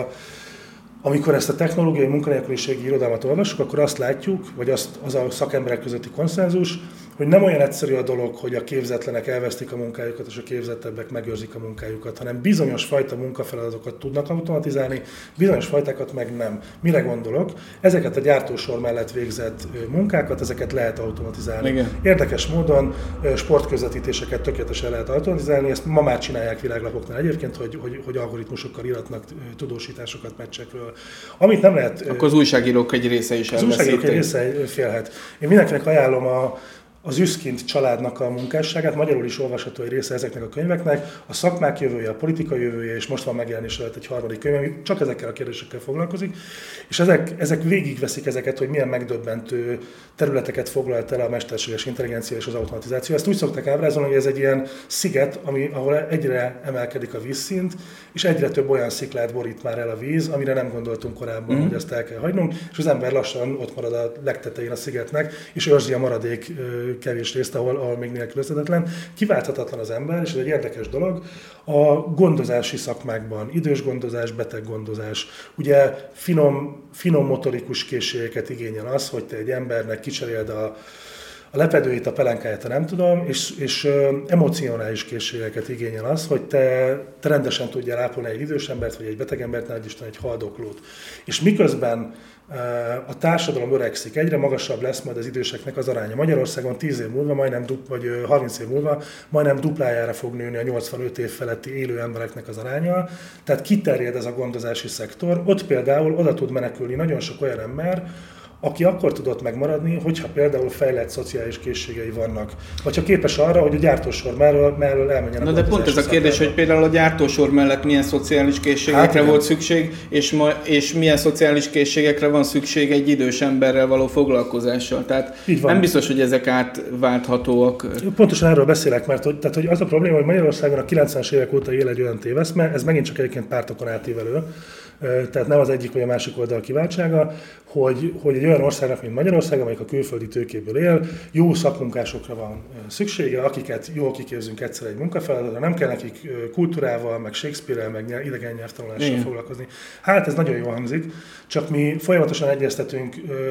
amikor ezt a technológiai munkanélküliségi irodalmat olvassuk, akkor azt látjuk, vagy az a szakemberek közötti konszenzus, hogy nem olyan egyszerű a dolog, hogy a képzetlenek elvesztik a munkájukat, és a képzettebbek megőrzik a munkájukat, hanem bizonyos fajta munkafeladatokat tudnak automatizálni, bizonyos fajtákat meg nem. Mire gondolok? Ezeket a gyártósor mellett végzett munkákat, ezeket lehet automatizálni. Igen. Érdekes módon sportközvetítéseket tökéletesen lehet automatizálni, ezt ma már csinálják világlapoknál egyébként, hogy algoritmusokkal íratnak tudósításokat meccsekről. Amit nem lehet... Akkor az újságírók egy része is elveszíti. Az újságírók egy része félhet. Én mindenkinek ajánlom az Üszkint családnak a munkásságát, magyarul is olvasható egy része ezeknek a könyveknek, a szakmák jövője, a politika jövője, és most van megjelenés előtt egy harmadik könyv, ami csak ezekkel a kérdésekkel foglalkozik, és ezek végigveszik ezeket, hogy milyen megdöbbentő területeket foglalt el a mesterséges intelligencia és az automatizáció. Ezt úgy szokták ábrázolni, hogy ez egy ilyen sziget, ahol egyre emelkedik a vízszint, és egyre több olyan sziklát borít már el a víz, amire nem gondoltunk korábban, hogy ezt el kell hagynunk, és az ember lassan ott marad a legtetején a szigetnek, és őrzi a maradék kevés részt, ahol még nélkülözhetetlen. Kiválthatatlan az ember, és ez egy érdekes dolog, a gondozási szakmákban, idősgondozás, beteggondozás. Ugye finom motorikus készségeket igényel az, hogy te egy embernek kicseréld a lepedőit, a pelenkáját, nem tudom, és emocionális készségeket igényel az, hogy te rendesen tudjál ápolni egy idős embert, vagy egy beteg embert, ne Isten egy haldoklót. És miközben a társadalom öregszik, egyre magasabb lesz majd az időseknek az aránya. Magyarországon 10 év múlva, vagy 30 év múlva majdnem duplájára fog nőni a 85 év feletti élő embereknek az aránya. Tehát kiterjed ez a gondozási szektor. Ott például oda tud menekülni nagyon sok olyan ember, aki akkor tudott megmaradni, hogyha például fejlett szociális készségei vannak. Vagy ha képes arra, hogy a gyártósor mellől elmenjen a Na de pont ez a kérdés, hogy például a gyártósor mellett milyen szociális készségekre volt szükség, és milyen szociális készségekre van szükség egy idős emberrel való foglalkozással. Tehát nem biztos, hogy ezek átválthatóak. Pontosan erről beszélek, mert hogy az a probléma, hogy Magyarországon a 90-es évek óta él egy olyan téveszme, ez megint csak egyébként pártokon átívelő, tehát nem az egyik vagy a másik oldal kiváltsága, hogy egy olyan országnak, mint Magyarország, amelyik a külföldi tőkéből él, jó szakmunkásokra van szüksége, akiket jól kiképzünk egyszer egy munkafeladatra, nem kell nekik kultúrával, meg Shakespeare-rel, meg idegen nyelvtanulással foglalkozni. Hát ez nagyon jól hangzik, csak mi folyamatosan egyeztetünk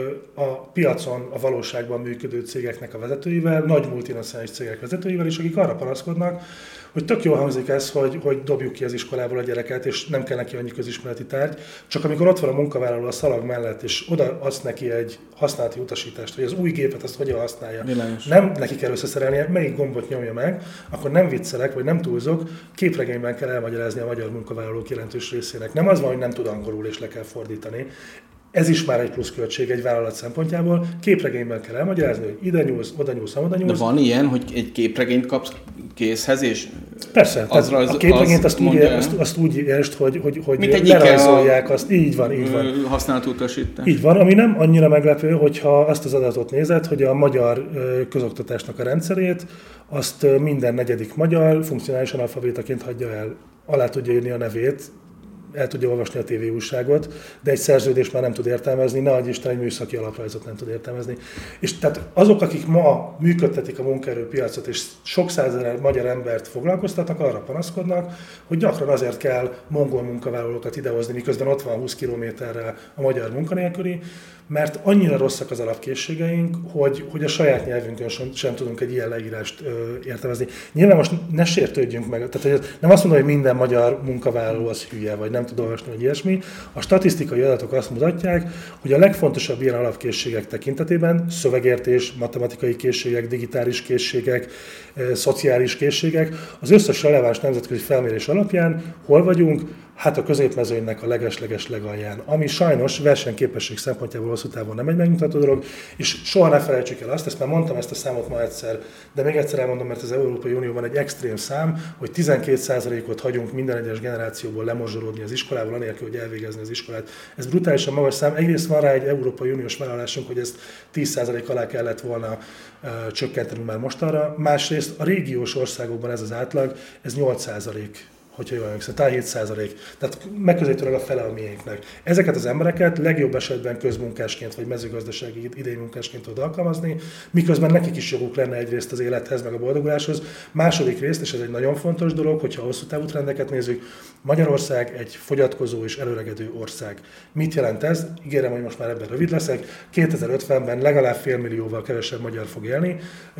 a piacon, a valóságban működő cégeknek a vezetőivel, nagy multinacionális cégek vezetőivel is, akik arra panaszkodnak, hogy tök jól hangzik ez, hogy dobjuk ki az iskolából a gyereket, és nem kell neki annyi közismereti tárgy, csak amikor ott van a munkavállaló a szalag mellett, és oda adsz neki egy használati utasítást, hogy az új gépet azt hogyan használja, nem neki kell összeszerelnie, melyik gombot nyomja meg, akkor nem viccelek, vagy nem túlzok, képregényben kell elmagyarázni a magyar munkavállalók jelentős részének. Nem az van, hogy nem tud angolul és le kell fordítani. Ez is már egy pluszköltség egy vállalat szempontjából. Képregényben kell elmagyarázni, hogy ide nyúlsz, oda nyúlsz, oda nyúlsz. De van ilyen, hogy egy képregényt kapsz készhez, és persze, a képregényt azt úgy értsd, hogy lerajzolják azt. Így van. Használt utasítás. Így van, ami nem annyira meglepő, hogyha azt az adatot nézed, hogy a magyar közoktatásnak a rendszerét, azt minden negyedik magyar funkcionális analfabétaként hagyja el. Alá tudja írni a nevét, el tudja olvasni a TV újságot, de egy szerződést már nem tud értelmezni, ne adj Isten, egy műszaki alaprajzot nem tud értelmezni. És tehát azok, akik ma működtetik a munkaerőpiacot, és sok százezer magyar embert foglalkoztatnak, arra panaszkodnak, hogy gyakran azért kell mongol munkavállalókat idehozni, miközben ott van 20 kilométerre a magyar munkanélküli, mert annyira rosszak az alapkészségeink, hogy a saját nyelvünkön sem tudunk egy ilyen leírást értelmezni. Nyilván most ne sértődjünk meg, tehát nem azt mondom, hogy minden magyar munkavállaló az hülye, vagy nem tud olvasni, vagy ilyesmi. A statisztikai adatok azt mutatják, hogy a legfontosabb ilyen alapkészségek tekintetében szövegértés, matematikai készségek, digitális készségek, szociális készségek, az összes releváns nemzetközi felmérés alapján hol vagyunk? hát a középmezőnynek a leges legalján, ami sajnos versenyképesség szempontjából hosszú távon nem egy megnyugtató dolog, és soha ne felejtsük el azt, ezt már mondtam ezt a számot ma egyszer, de még egyszer elmondom, mert az Európai Unióban egy extrém szám, hogy 12%-ot hagyunk minden egyes generációból lemorzsolódni az iskolából, anélkül, hogy elvégezni az iskolát. Ez brutálisan magas szám. Egyrészt van rá egy Európai Uniós vállalásunk, hogy ezt 10% alá kellett volna csökkenteni már mostanra. Másrészt a régiós országokban ez az átlag, ez 8%. Hogyha jól emlékszem, talán 7%. Tehát megközelítőleg a fele a miénknek. Ezeket az embereket legjobb esetben közmunkásként vagy mezőgazdasági idénymunkásként tud alkalmazni, miközben nekik is joguk lenne egyrészt az élethez, meg a boldoguláshoz. Második részt, és ez egy nagyon fontos dolog, hogyha hosszú távú trendeket nézzük, Magyarország egy fogyatkozó és előregedő ország. Mit jelent ez? Ígérem, hogy most már ebben rövid leszek. 2050-ben legalább 500 000-val kevesebb magyar fog élni.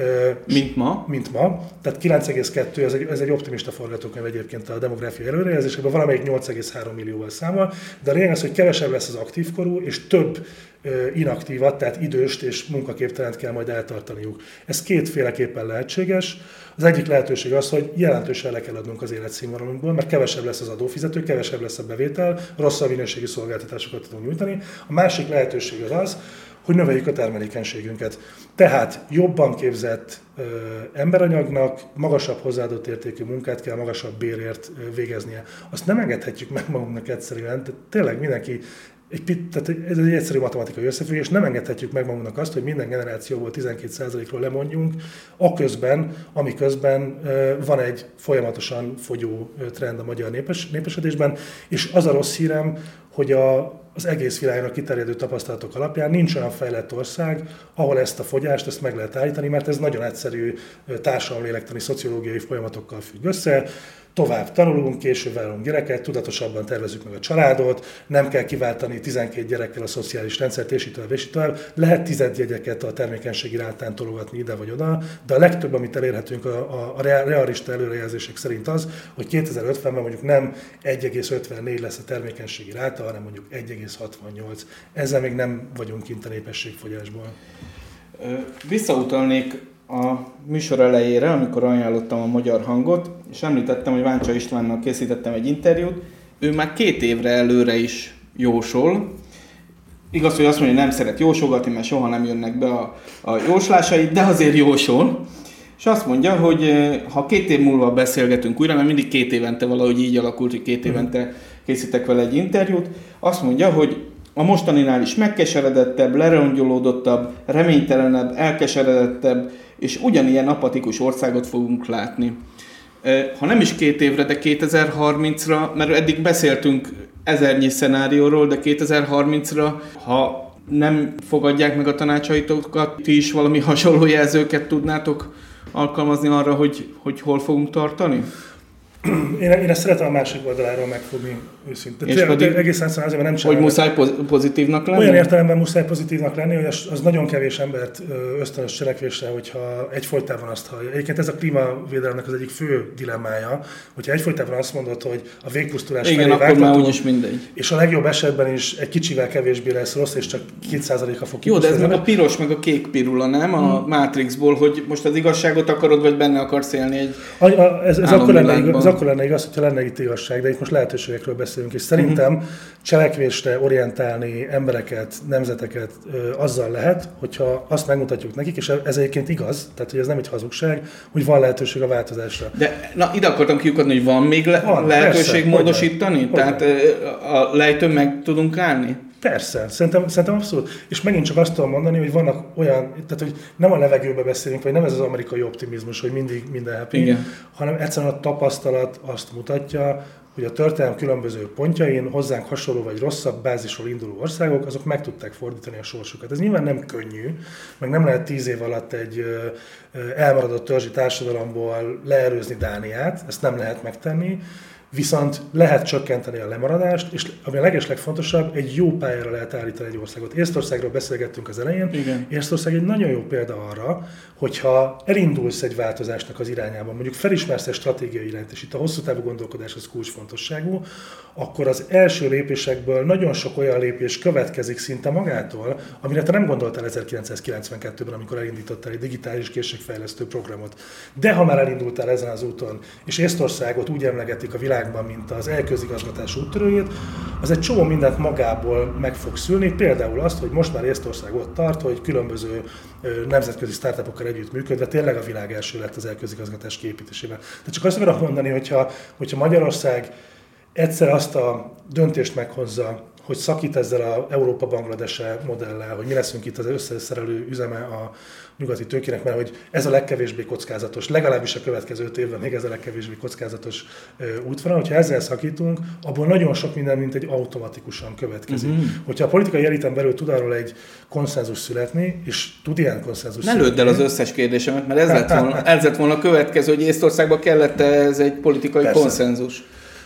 Mint ma. Tehát 9,2, ez egy optimista forgatókönyv egyébként a demográfiai előrejelzésekben, valamelyik 8,3 millióval számol, de a lényeg az, hogy kevesebb lesz az aktív korú, és több inaktívat, tehát időst és munkaképtelent kell majd eltartaniuk. Ez kétféleképpen lehetséges. Az egyik lehetőség az, hogy jelentősen le kell adnunk az életszínvonalunkból, mert kevesebb lesz az adófizető, kevesebb lesz a bevétel, rosszabb minőségű szolgáltatásokat tudunk nyújtani. A másik lehetőség az, hogy növeljük a termelékenységünket. Tehát jobban képzett emberanyagnak magasabb hozzáadott értékű munkát kell magasabb bérért végeznie. Azt nem engedhetjük meg magunknak egyszerűen, de tényleg mindenki, tehát ez egy egyszerű matematikai összefüggés, nem engedhetjük meg magunknak azt, hogy minden generációból 12%-ról lemondjunk, amiközben van egy folyamatosan fogyó trend a magyar népesedésben, és az a rossz hírem, hogy az egész világnak kiterjedő tapasztalatok alapján nincs olyan fejlett ország, ahol ezt a fogyást ezt meg lehet állítani, mert ez nagyon egyszerű társadalomlélektani, szociológiai folyamatokkal függ össze. Tovább tanulunk, később vállalunk gyereket, tudatosabban tervezzük meg a családot, nem kell kiváltani 12 gyerekkel a szociális rendszert, és így tovább, és így tovább. Lehet tizedjegyeket a termékenységi rátán tologatni ide vagy oda, de a legtöbb, amit elérhetünk a realista előrejelzések szerint az, hogy 2050-ben mondjuk nem 1,54 lesz a termékenységi ráta, hanem mondjuk 1,68. Ezzel még nem vagyunk kint a népességfogyásból. Visszautalnék a műsor elejére, amikor ajánlottam a Magyar Hangot, és említettem, hogy Váncsa Istvánnal készítettem egy interjút. Ő már 2 évre előre is jósol. Igaz, hogy azt mondja, hogy nem szeret jósolgatni, mert soha nem jönnek be a jóslásai, de azért jósol. És azt mondja, hogy ha 2 év múlva beszélgetünk újra, mert mindig 2 évente valahogy így alakult, hogy 2 évente készítek vele egy interjút, azt mondja, hogy a mostaninál is megkeseredettebb, lerongyolódottabb, reménytelenebb, elkeseredettebb és ugyanilyen apatikus országot fogunk látni. Ha nem is 2 évre, de 2030-ra, mert eddig beszéltünk ezernyi szenárióról, de 2030-ra, ha nem fogadják meg a tanácsaitokat, ti is valami hasonló jelzőket tudnátok alkalmazni arra, hogy hol fogunk tartani? Én ezt szeretem a másik oldaláról megfogni őszintén. És pedig egészen azért, mert nem csinálom. Hogy muszáj pozitívnak lenni? Olyan értelemben muszáj pozitívnak lenni, hogy az nagyon kevés embert ösztönös cselekvésre, hogyha egyfolytában azt hallja. Egyébként ez a klímavédelemnek az egyik fő dilemmája, hogyha egyfolytában azt mondod, hogy a végpusztulás felé vágtatunk, és a legjobb esetben is egy kicsivel kevésbé lesz rossz, és csak 2%-a fog kipusztulni. Jó, de ez meg a piros, meg a kék pirula, nem? A Matrixból, hogy most az igazságot akarod, vagy benne akarsz élni egy ez akkor lenne igaz, hogyha lenne itt igazság, de itt most lehetőségekről beszélünk, és szerintem cselekvésre orientálni embereket, nemzeteket azzal lehet, hogyha azt megmutatjuk nekik, és ez egyébként igaz, tehát hogy ez nem egy hazugság, hogy van lehetőség a változásra. De ide akartam kiukadni, hogy van még lehetőség persze, módosítani? Tehát a lejtőn meg tudunk állni? Persze, szerintem abszolút. És megint csak azt tudom mondani, hogy vannak olyan, tehát hogy nem a levegőbe beszélünk, vagy nem ez az amerikai optimizmus, hogy mindig minden happy, igen, hanem egyszerűen a tapasztalat azt mutatja, hogy a történelem különböző pontjain hozzánk hasonló vagy rosszabb bázisról induló országok, azok meg tudták fordítani a sorsukat. Ez nyilván nem könnyű, meg nem lehet 10 év alatt egy elmaradott törzsi társadalomból leerőzni Dániát, ezt nem lehet megtenni, viszont lehet csökkenteni a lemaradást, és ami a legeslegfontosabb, egy jó pályára lehet állítani egy országot. Észtországról beszélgettünk az elején. Igen. Észtország egy nagyon jó példa arra, hogyha elindulsz egy változásnak az irányában, mondjuk felismersz egy stratégiai irányt, és itt a hosszú távú gondolkodás az kulcsfontosságú. kulcsfontosságú, akkor az első lépésekből nagyon sok olyan lépés következik szinte magától, amire te nem gondoltál 1992-ben, amikor elindítottál egy digitális készségfejlesztő programot. De ha már elindultál ezen az úton, és Észtországot úgy emlegetik a világban, mint az e-közigazgatás úttörőjét, az egy csomó mindent magából meg fog szülni, például azt, hogy most már Észtország ott tart, hogy különböző nemzetközi startupokkal együtt működve tényleg a világ első lett az e-közigazgatás kiépítésében. De csak azt akarom mondani, hogyha Magyarország egyszer azt a döntést meghozza, hogy szakít ezzel az Európa-Bangladese modellel, hogy mi leszünk itt az összeszerelő üzeme a nyugati tőkének, mert hogy ez a legkevésbé kockázatos, legalábbis a következő 5 évben még ez a legkevésbé kockázatos útvonal. Hogyha ezzel szakítunk, abból nagyon sok minden mint egy automatikusan következik. Hogyha a politikai eliten belül tud arról egy konszenzus születni, és tud ilyen konszenzus születni. Ne lődd el az összes kérdésemet, mert ez lett volna a következő, hogy Észtországban kellett ez egy politikai konszenzus.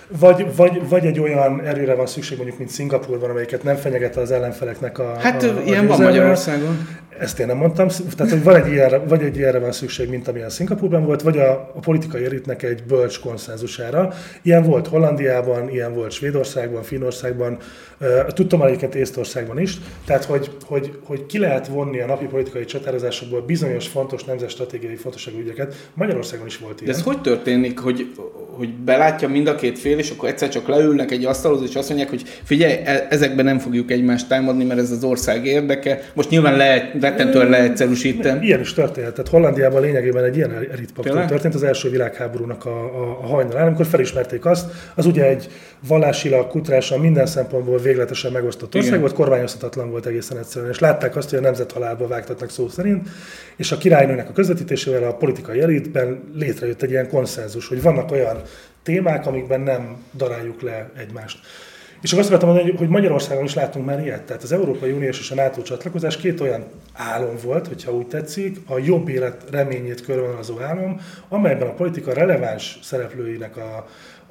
Vagy egy olyan erőre van szükség, mondjuk, mint Szingapúrban, amelyiket nem fenyeget az ellenfeleknek a ilyen van Magyarországon. Ezt én nem mondtam, tehát hogy vagy egy ilyenre van szükség, mint amilyen Szingapúrban volt, vagy a politikai elitnek egy bölcs konszenzusára. Ilyen volt Hollandiában, ilyen volt Svédországban, Finnországban, tudtam egyébként Észtországban is. Tehát, hogy ki lehet vonni a napi politikai csatározásokból bizonyos fontos nemzetstratégiai fontosságú ügyeket. Magyarországon is volt ilyen. De ez hogy történik, hogy belátja mind a két fél, és akkor egyszer csak leülnek egy asztalhoz, és azt mondják, hogy figyelj, ezekben nem fogjuk egymást támadni, mert ez az ország érdeke. Most nyilván rettentően leegyszerűsítem. Ilyen is történt. Tehát Hollandiában lényegében egy ilyen elitpaktum történt az első világháborúnak a hajnalán, amikor felismerték azt, az ugye egy vallásilag, kulturálisan minden szempontból végletesen megosztott ország volt, kormányozhatatlan volt egészen egyszerűen, és látták azt, hogy a nemzethalálba vágtatnak szó szerint, és a királynőnek a közvetítésével a politikai elitben létrejött egy ilyen konszenzus, hogy vannak olyan témák, amikben nem daráljuk le egymást. És akkor azt akartam mondani, hogy Magyarországon is látunk már ilyet. Tehát az Európai Uniós és a NATO csatlakozás két olyan álom volt, hogyha úgy tetszik, a jobb élet reményét körvonalazó álom, amelyben a politika releváns szereplőinek a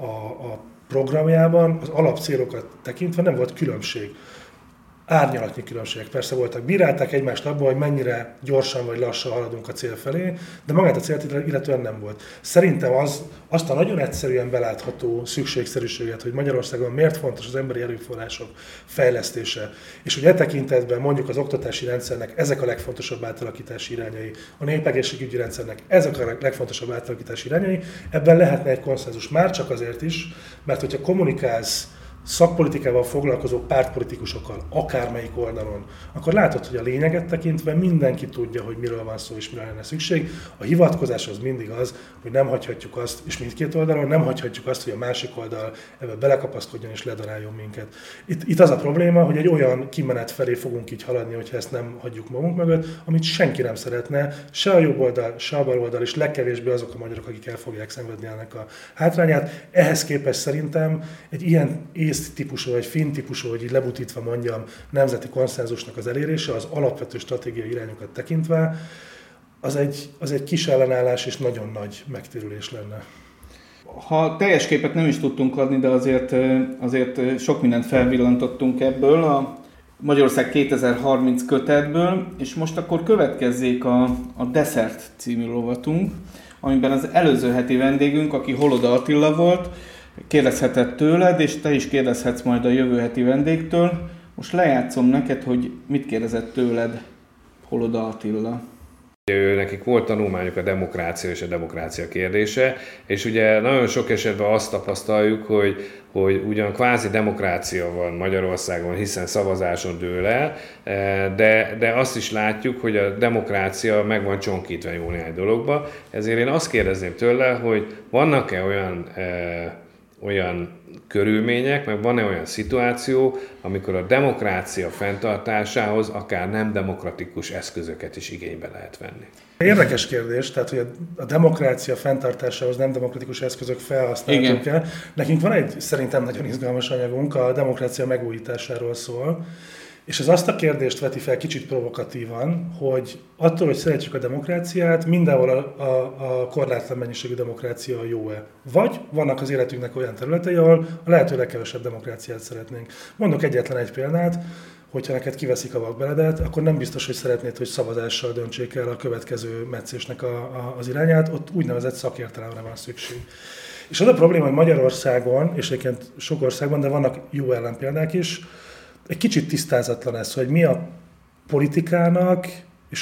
programjában az alapcélokat tekintve nem volt különbség. Árnyalatnyi különbségek persze voltak. Bírálták egymást abban, hogy mennyire gyorsan vagy lassan haladunk a cél felé, de magát a célt illetően nem volt. Szerintem azt a nagyon egyszerűen belátható szükségszerűséget, hogy Magyarországon miért fontos az emberi erőforrások fejlesztése, és hogy e tekintetben mondjuk az oktatási rendszernek ezek a legfontosabb átalakítási irányai, a népegészségügyi rendszernek ezek a legfontosabb átalakítási irányai, ebben lehetne egy konszenzus már csak azért is, mert hogyha kommunikálsz szakpolitikával foglalkozó pártpolitikusokkal, akármelyik oldalon, akkor látod, hogy a lényeget tekintve mindenki tudja, hogy miről van szó és mire lenne szükség. A hivatkozás az mindig az, hogy nem hagyhatjuk azt, és mindkét oldalon nem hagyhatjuk azt, hogy a másik oldal ebbe belekapaszkodjon és ledaráljon minket. Itt az a probléma, hogy egy olyan kimenet felé fogunk így haladni, hogyha ezt nem hagyjuk magunk mögött, amit senki nem szeretne, se a jobb oldal, se a bal oldal, és legkevésbé azok a magyarok, akik el fogják szenvedni ennek a hátrányát. Ehhez képest szerintem egy ilyen típusú, vagy finn típusú, hogy így lebutítva mondjam, nemzeti konszenzusnak az elérése, az alapvető stratégiai irányokat tekintve, az egy kis ellenállás és nagyon nagy megtérülés lenne. Ha teljes képet nem is tudtunk adni, de azért sok mindent felvillantottunk ebből a Magyarország 2030 kötetből, és most akkor következzék a Desszert című rovatunk, amiben az előző heti vendégünk, aki Holoda Attila volt, kérdezhetett tőled, és te is kérdezhetsz majd a jövő heti vendégtől. Most lejátszom neked, hogy mit kérdezett tőled Holoda Attila. Nekik volt tanulmányuk a demokrácia és a demokrácia kérdése, és ugye nagyon sok esetben azt tapasztaljuk, hogy ugyan kvázi demokrácia van Magyarországon, hiszen szavazáson dől el, de azt is látjuk, hogy a demokrácia meg van csonkítva jó néhány dologba. Ezért én azt kérdezném tőle, hogy vannak-e olyan körülmények, meg van-e olyan szituáció, amikor a demokrácia fenntartásához akár nem demokratikus eszközöket is igénybe lehet venni? Érdekes kérdés, tehát hogy a demokrácia fenntartásához nem demokratikus eszközök felhasználatok-e. Nekünk van egy szerintem nagyon izgalmas anyagunk, a demokrácia megújításáról szól, és ez azt a kérdést veti fel kicsit provokatívan, hogy attól, hogy szeretjük a demokráciát, mindenhol a korlátlan mennyiségű demokrácia jó-e. Vagy vannak az életünknek olyan területei, ahol a lehető legkevesebb demokráciát szeretnénk. Mondok egyetlen egy példát, hogyha neked kiveszik a vakbeledet, akkor nem biztos, hogy szeretnéd, hogy szavazással döntsék el a következő meccésnek az irányát, ott úgynevezett szakértelemre van szükség. És az a probléma, hogy Magyarországon, és egyébként sok országban, de vannak jó ellenpéldák is, egy kicsit tisztázatlan ez, hogy mi a politikának és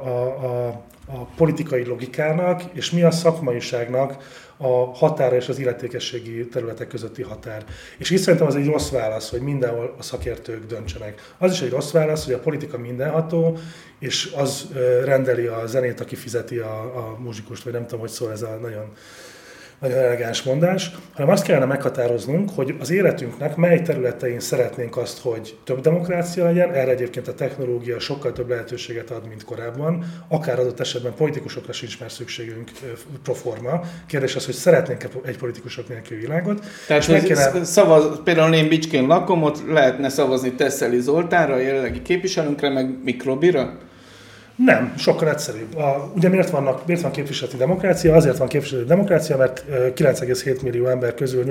a politikai logikának, és mi a szakmaiságnak a határa és az illetékességi területek közötti határ. És így szerintem az egy rossz válasz, hogy mindenhol a szakértők döntsenek. Az is egy rossz válasz, hogy a politika mindenható, és az rendeli a zenét, aki fizeti a muzsikust, vagy nem tudom, hogy szól ez a nagyon elegáns mondás, hanem azt kellene meghatároznunk, hogy az életünknek mely területein szeretnénk azt, hogy több demokrácia legyen, erre egyébként a technológia sokkal több lehetőséget ad, mint korábban, akár adott esetben politikusokra sincs már szükségünk proforma. Kérdés az, hogy szeretnénk egy politikusok nélkül világot. Tehát például én Bicskén lakom, ott lehetne szavazni Tesszeli Zoltánra, a jelenlegi képviselőnkre, meg Mikrobira? Nem, sokkal egyszerűbb. Ugye miért van képviseleti demokrácia? Azért van képviseleti demokrácia, mert 9,7 millió ember közül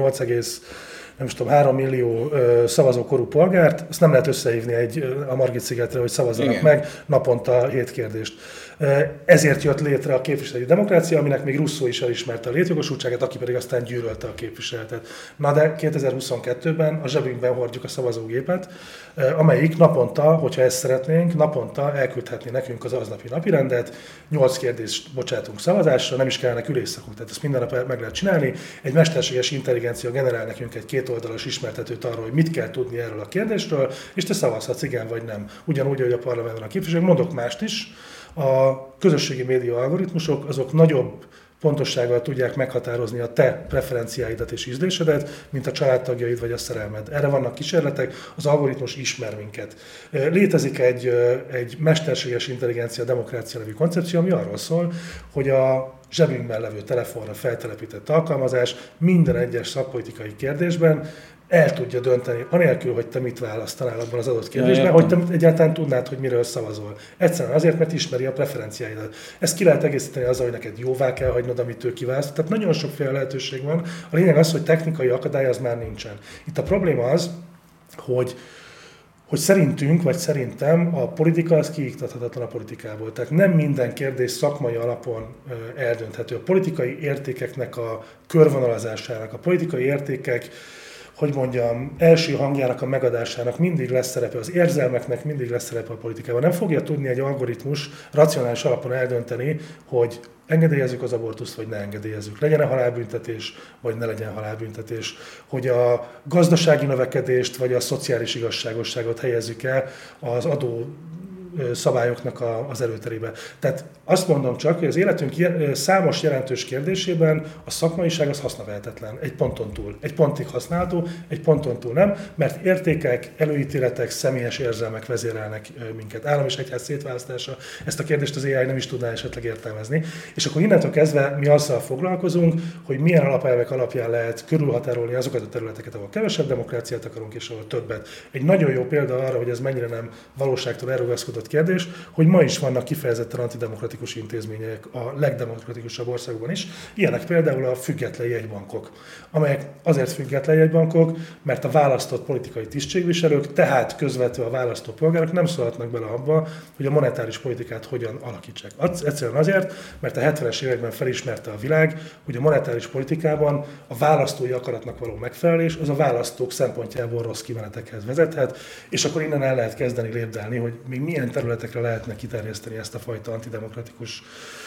8,3 millió szavazókorú polgárt, azt nem lehet összehívni a Margit-szigetre, hogy szavazzanak Igen. meg naponta 7 kérdést. Ezért jött létre a képviseleti demokrácia, aminek még Rousseau is elismerte a létjogosultságát, aki pedig aztán gyűlölte a képviseletet. Na de 2022-ben a zsebünkben hordjuk a szavazógépet, amelyik naponta, hogyha ezt szeretnénk, naponta elküldhetné nekünk az aznapi napirendet, 8 kérdést bocsátunk szavazásra, nem is kellene ülésszakok, tehát ezt minden nap meg lehet csinálni. Egy mesterséges intelligencia generál nekünk egy 2 oldalas ismertetőt arról, hogy mit kell tudni erről a kérdésről, és te szavazhatsz igen vagy nem. Ugyanúgy, hogy a parlamentben a képviselők, mondok mást is. A közösségi média algoritmusok azok nagyobb pontossággal tudják meghatározni a te preferenciáidat és ízlésedet, mint a családtagjaid vagy a szerelmed. Erre vannak kísérletek, az algoritmus ismer minket. Létezik egy mesterséges intelligencia demokrácia nevű koncepció, ami arról szól, hogy a zsebünkben levő telefonra feltelepített alkalmazás minden egyes szakpolitikai kérdésben el tudja dönteni, anélkül, hogy te mit választanál abban az adott kérdésben, hogy te egyáltalán tudnád, hogy miről szavazol. Egyszerűen azért, mert ismeri a preferenciáidat. Ezt ki lehet egészíteni azzal, hogy neked jóvá kell hagynod, amit ő kiválaszt. Tehát nagyon sokféle lehetőség van. A lényeg az, hogy technikai akadály az már nincsen. Itt a probléma az, hogy szerintünk, vagy szerintem a politika az kiiktathatatlan a politikából. Tehát nem minden kérdés szakmai alapon eldönthető. A politikai értékeknek a körvonalazásának, a politikai értékek első hangjának a megadásának mindig lesz szerepe, az érzelmeknek mindig lesz szerepe a politikában. Nem fogja tudni egy algoritmus racionális alapon eldönteni, hogy engedélyezzük az abortuszt, vagy ne engedélyezzük. Legyen-e halálbüntetés, vagy ne legyen halálbüntetés. Hogy a gazdasági növekedést, vagy a szociális igazságosságot helyezzük el az adó szabályoknak az előterébe. Tehát azt mondom csak, hogy az életünk számos jelentős kérdésében a szakmaiság az hasznavehetetlen. Egy ponton túl. Egy pontig használható, egy ponton túl nem, mert értékek, előítéletek, személyes érzelmek vezérelnek minket. Állam és egyház szétválasztása, ezt a kérdést az AI nem is tudná esetleg értelmezni. És akkor innentől kezdve mi azzal foglalkozunk, hogy milyen alapelvek alapján lehet körülhatárolni azokat a területeket, ahol kevesebb demokráciát akarunk, és ahol többet. Egy nagyon jó példa arra, hogy ez mennyire nem valóságtól elrugaszkodott kérdés, hogy ma is vannak kifejezetten antidemokratikus intézmények a legdemokratikusabb országokban is. Ilyenek például a független jegybankok, amelyek azért független jegybankok, mert a választott politikai tisztségviselők, tehát közvetve a választó polgárok nem szólhatnak bele abba, hogy a monetáris politikát hogyan alakítsák. Egyszerűen azért, mert a 70-es években felismerte a világ, hogy a monetáris politikában a választói akaratnak való megfelelés az a választók szempontjából rossz kimenetekhez vezethet, és akkor innen el lehet kezdeni lépdelni, hogy még milyen területekre lehetne kiterjeszteni ezt a fajta antidemokratikus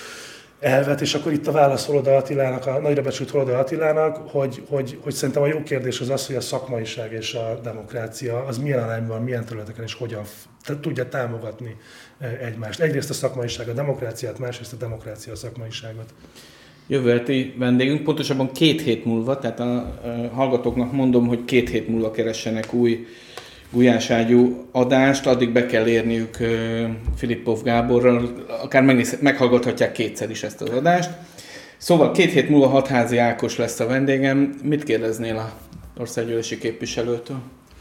elvet, és akkor itt a válasz Holoda Attilának, a nagyra becsült Holoda Attilának, hogy szerintem a jó kérdés az az, hogy a szakmaiság és a demokrácia az milyen arányban, milyen területeken és hogyan tudja támogatni egymást. Egyrészt a szakmaiság a demokráciát, másrészt a demokrácia a szakmaiságot. Jövő heti vendégünk, pontosabban 2 hét múlva, tehát a hallgatóknak mondom, hogy 2 hét múlva keressenek új gulyáságyú adást, addig be kell érniük Filippov Gáborral, akár meghallgathatják 2-szer is ezt az adást. Szóval 2 hét múlva Hatházi Ákos lesz a vendégem. Mit kérdeznél a országgyűlési képviselőtől?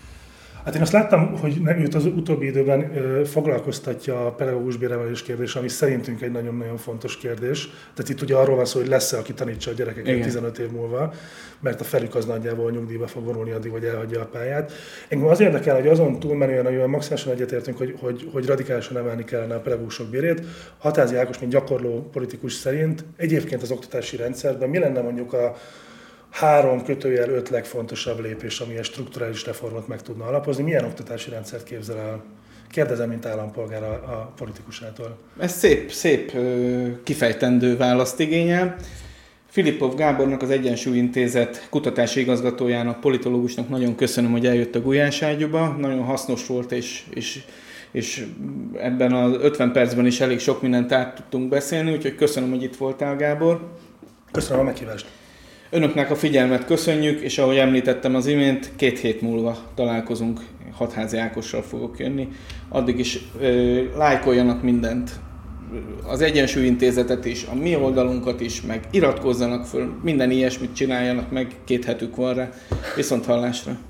Hát én azt láttam, hogy őt az utóbbi időben foglalkoztatja a pedagógus béremelés kérdés, ami szerintünk egy nagyon-nagyon fontos kérdés. Tehát itt ugye arról van szó, hogy lesz-e, aki tanítsa a gyerekeket. Igen. 15 év múlva, mert a felük az nagyjából nyugdíjba fog vonulni addig, vagy elhagyja a pályát. Engem az érdekel, hogy azon túlmenően, amivel maximálisan egyetértünk, hogy radikálisan emelni kellene a pedagógusok bérét. Hatházi Ákos, mint gyakorló politikus szerint egyébként az oktatási rendszerben mi lenne mondjuk 3/5 legfontosabb lépés, ami egy strukturális reformot meg tudna alapozni. Milyen oktatási rendszert képzel el? Kérdezem, mint állampolgár a politikusától. Ez szép kifejtendő választ igényel. Filippov Gábornak, az Egyensúlyintézet kutatási igazgatójának, politológusnak nagyon köszönöm, hogy eljött a Gulyáságyúba. Nagyon hasznos volt, és ebben az 50 percben is elég sok mindent át tudtunk beszélni, úgyhogy köszönöm, hogy itt voltál, Gábor. Köszönöm a meghívást. Önöknek a figyelmet köszönjük, és ahogy említettem az imént, 2 hét múlva találkozunk, Hatházi Ákossal fogok jönni. Addig is lájkoljanak mindent, az Egyensúlyintézetet is, a mi oldalunkat is, meg iratkozzanak föl, minden ilyesmit csináljanak meg, 2 hetük van rá. Viszonthallásra!